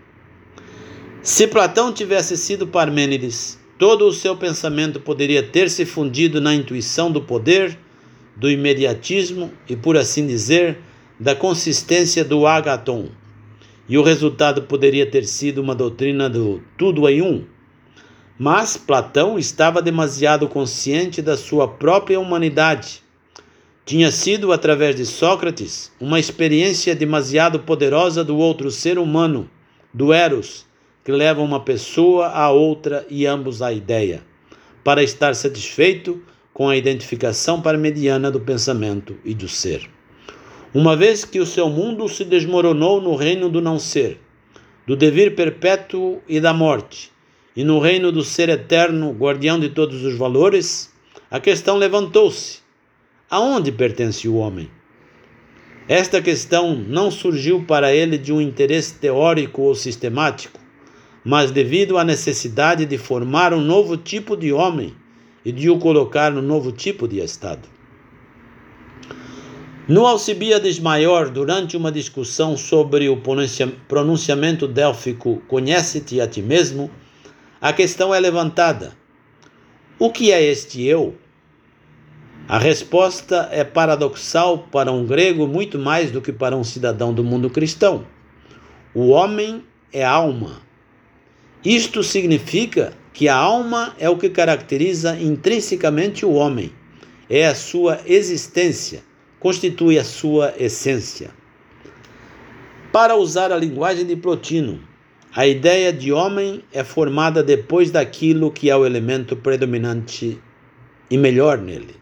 Se Platão tivesse sido Parmênides, todo o seu pensamento poderia ter se fundido na intuição do poder, do imediatismo e, por assim dizer, da consistência do agaton, e o resultado poderia ter sido uma doutrina do tudo em um. Mas Platão estava demasiado consciente da sua própria humanidade. Tinha sido, através de Sócrates, uma experiência demasiado poderosa do outro ser humano, do Eros, que leva uma pessoa a outra e ambos à ideia, para estar satisfeito com a identificação parmenidiana do pensamento e do ser. Uma vez que o seu mundo se desmoronou no reino do não-ser, do devir perpétuo e da morte, e no reino do ser eterno, guardião de todos os valores, a questão levantou-se. Aonde pertence o homem? Esta questão não surgiu para ele de um interesse teórico ou sistemático, mas devido à necessidade de formar um novo tipo de homem e de o colocar no novo tipo de estado. No Alcibíades Maior, durante uma discussão sobre o pronunciamento délfico "Conhece-te a ti mesmo", a questão é levantada: o que é este eu? A resposta é paradoxal para um grego muito mais do que para um cidadão do mundo cristão. O homem é alma. Isto significa que a alma é o que caracteriza intrinsecamente o homem, é a sua existência, constitui a sua essência. Para usar a linguagem de Plotino, a ideia de homem é formada depois daquilo que é o elemento predominante e melhor nele.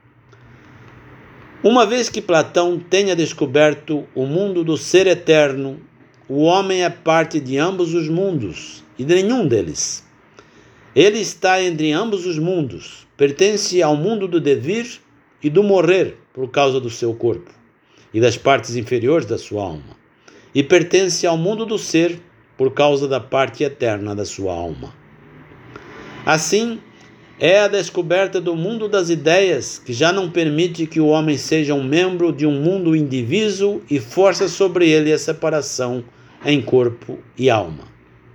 Uma vez que Platão tenha descoberto o mundo do ser eterno, o homem é parte de ambos os mundos e de nenhum deles. Ele está entre ambos os mundos, pertence ao mundo do devir e do morrer por causa do seu corpo e das partes inferiores da sua alma, e pertence ao mundo do ser por causa da parte eterna da sua alma. Assim, é a descoberta do mundo das ideias que já não permite que o homem seja um membro de um mundo indiviso e força sobre ele a separação em corpo e alma.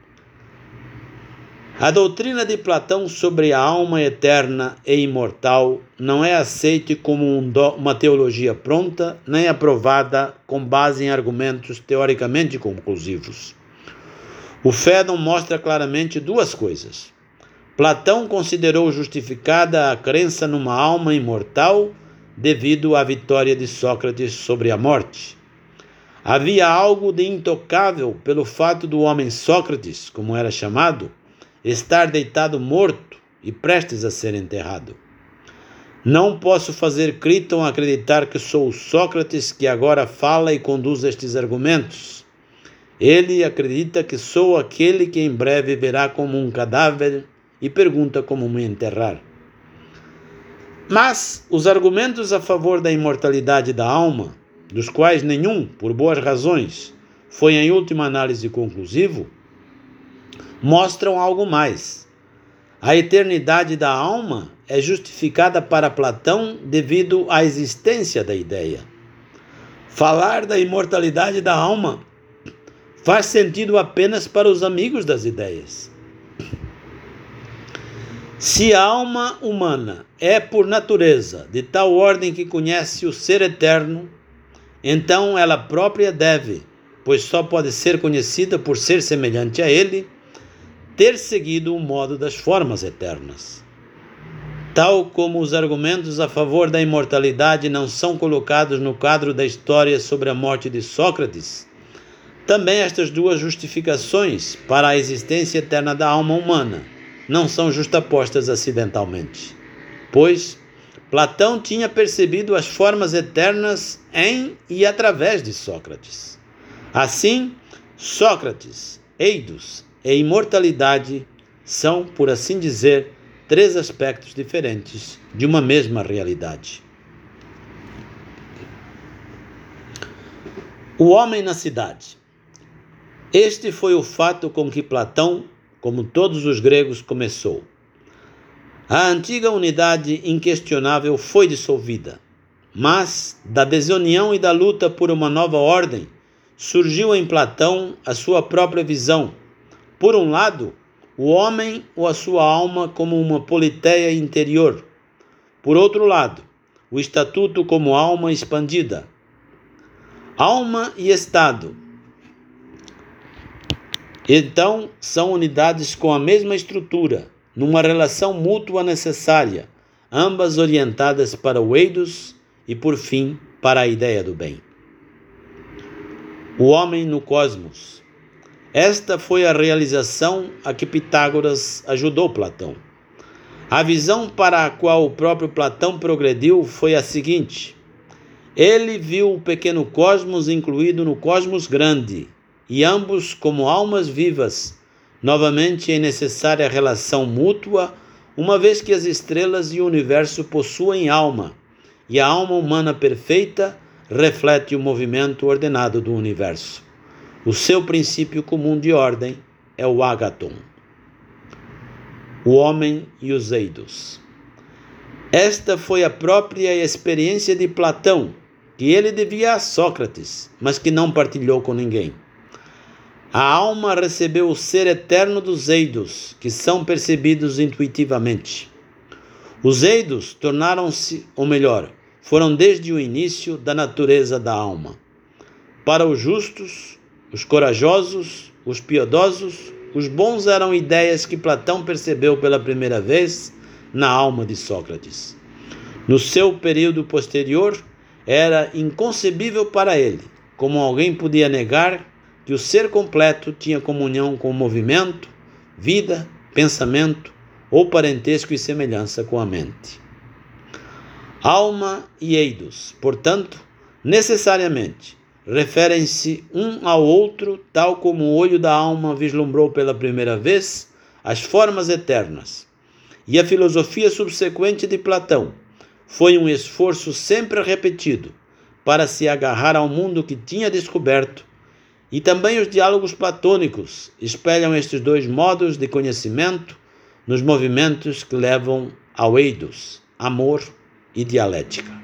A doutrina de Platão sobre a alma eterna e imortal não é aceita como um do, uma teologia pronta, nem aprovada com base em argumentos teoricamente conclusivos. O Fédon mostra claramente duas coisas. Platão considerou justificada a crença numa alma imortal devido à vitória de Sócrates sobre a morte. Havia algo de intocável pelo fato do homem Sócrates, como era chamado, estar deitado morto e prestes a ser enterrado. Não posso fazer Críton acreditar que sou o Sócrates que agora fala e conduz estes argumentos. Ele acredita que sou aquele que em breve verá como um cadáver e pergunta como me enterrar. Mas os argumentos a favor da imortalidade da alma, dos quais nenhum, por boas razões, foi em última análise conclusivo, mostram algo mais. A eternidade da alma é justificada para Platão devido à existência da ideia. Falar da imortalidade da alma faz sentido apenas para os amigos das ideias. Se a alma humana é, por natureza, de tal ordem que conhece o ser eterno, então ela própria deve, pois só pode ser conhecida por ser semelhante a ele, ter seguido o modo das formas eternas. Tal como os argumentos a favor da imortalidade não são colocados no quadro da história sobre a morte de Sócrates, também estas duas justificações para a existência eterna da alma humana não são justapostas acidentalmente, pois Platão tinha percebido as formas eternas em e através de Sócrates. Assim, Sócrates, Eidos e imortalidade são, por assim dizer, três aspectos diferentes de uma mesma realidade. O homem na cidade. Este foi o fato com que Platão, como todos os gregos, começou. A antiga unidade inquestionável foi dissolvida, mas da desunião e da luta por uma nova ordem surgiu em Platão a sua própria visão. Por um lado, o homem ou a sua alma como uma politeia interior. Por outro lado, o estatuto como alma expandida. Alma e Estado, então, são unidades com a mesma estrutura, numa relação mútua necessária, ambas orientadas para o eidos e, por fim, para a ideia do bem. O homem no cosmos. Esta foi a realização a que Pitágoras ajudou Platão. A visão para a qual o próprio Platão progrediu foi a seguinte: ele viu o pequeno cosmos incluído no cosmos grande, e ambos como almas vivas, novamente em necessária relação mútua, uma vez que as estrelas e o universo possuem alma, e a alma humana perfeita reflete o movimento ordenado do universo. O seu princípio comum de ordem é o ágaton. O homem e os eidos. Esta foi a própria experiência de Platão, que ele devia a Sócrates, mas que não partilhou com ninguém. A alma recebeu o ser eterno dos eidos, que são percebidos intuitivamente. Os eidos tornaram-se, ou melhor, foram desde o início da natureza da alma. Para os justos, os corajosos, os piedosos, os bons eram ideias que Platão percebeu pela primeira vez na alma de Sócrates. No seu período posterior, era inconcebível para ele como alguém podia negar que o ser completo tinha comunhão com o movimento, vida, pensamento ou parentesco e semelhança com a mente. Alma e eidos, portanto, necessariamente, referem-se um ao outro, tal como o olho da alma vislumbrou pela primeira vez as formas eternas. E a filosofia subsequente de Platão foi um esforço sempre repetido para se agarrar ao mundo que tinha descoberto. E também os diálogos platônicos espelham estes dois modos de conhecimento nos movimentos que levam ao eidos, amor e dialética.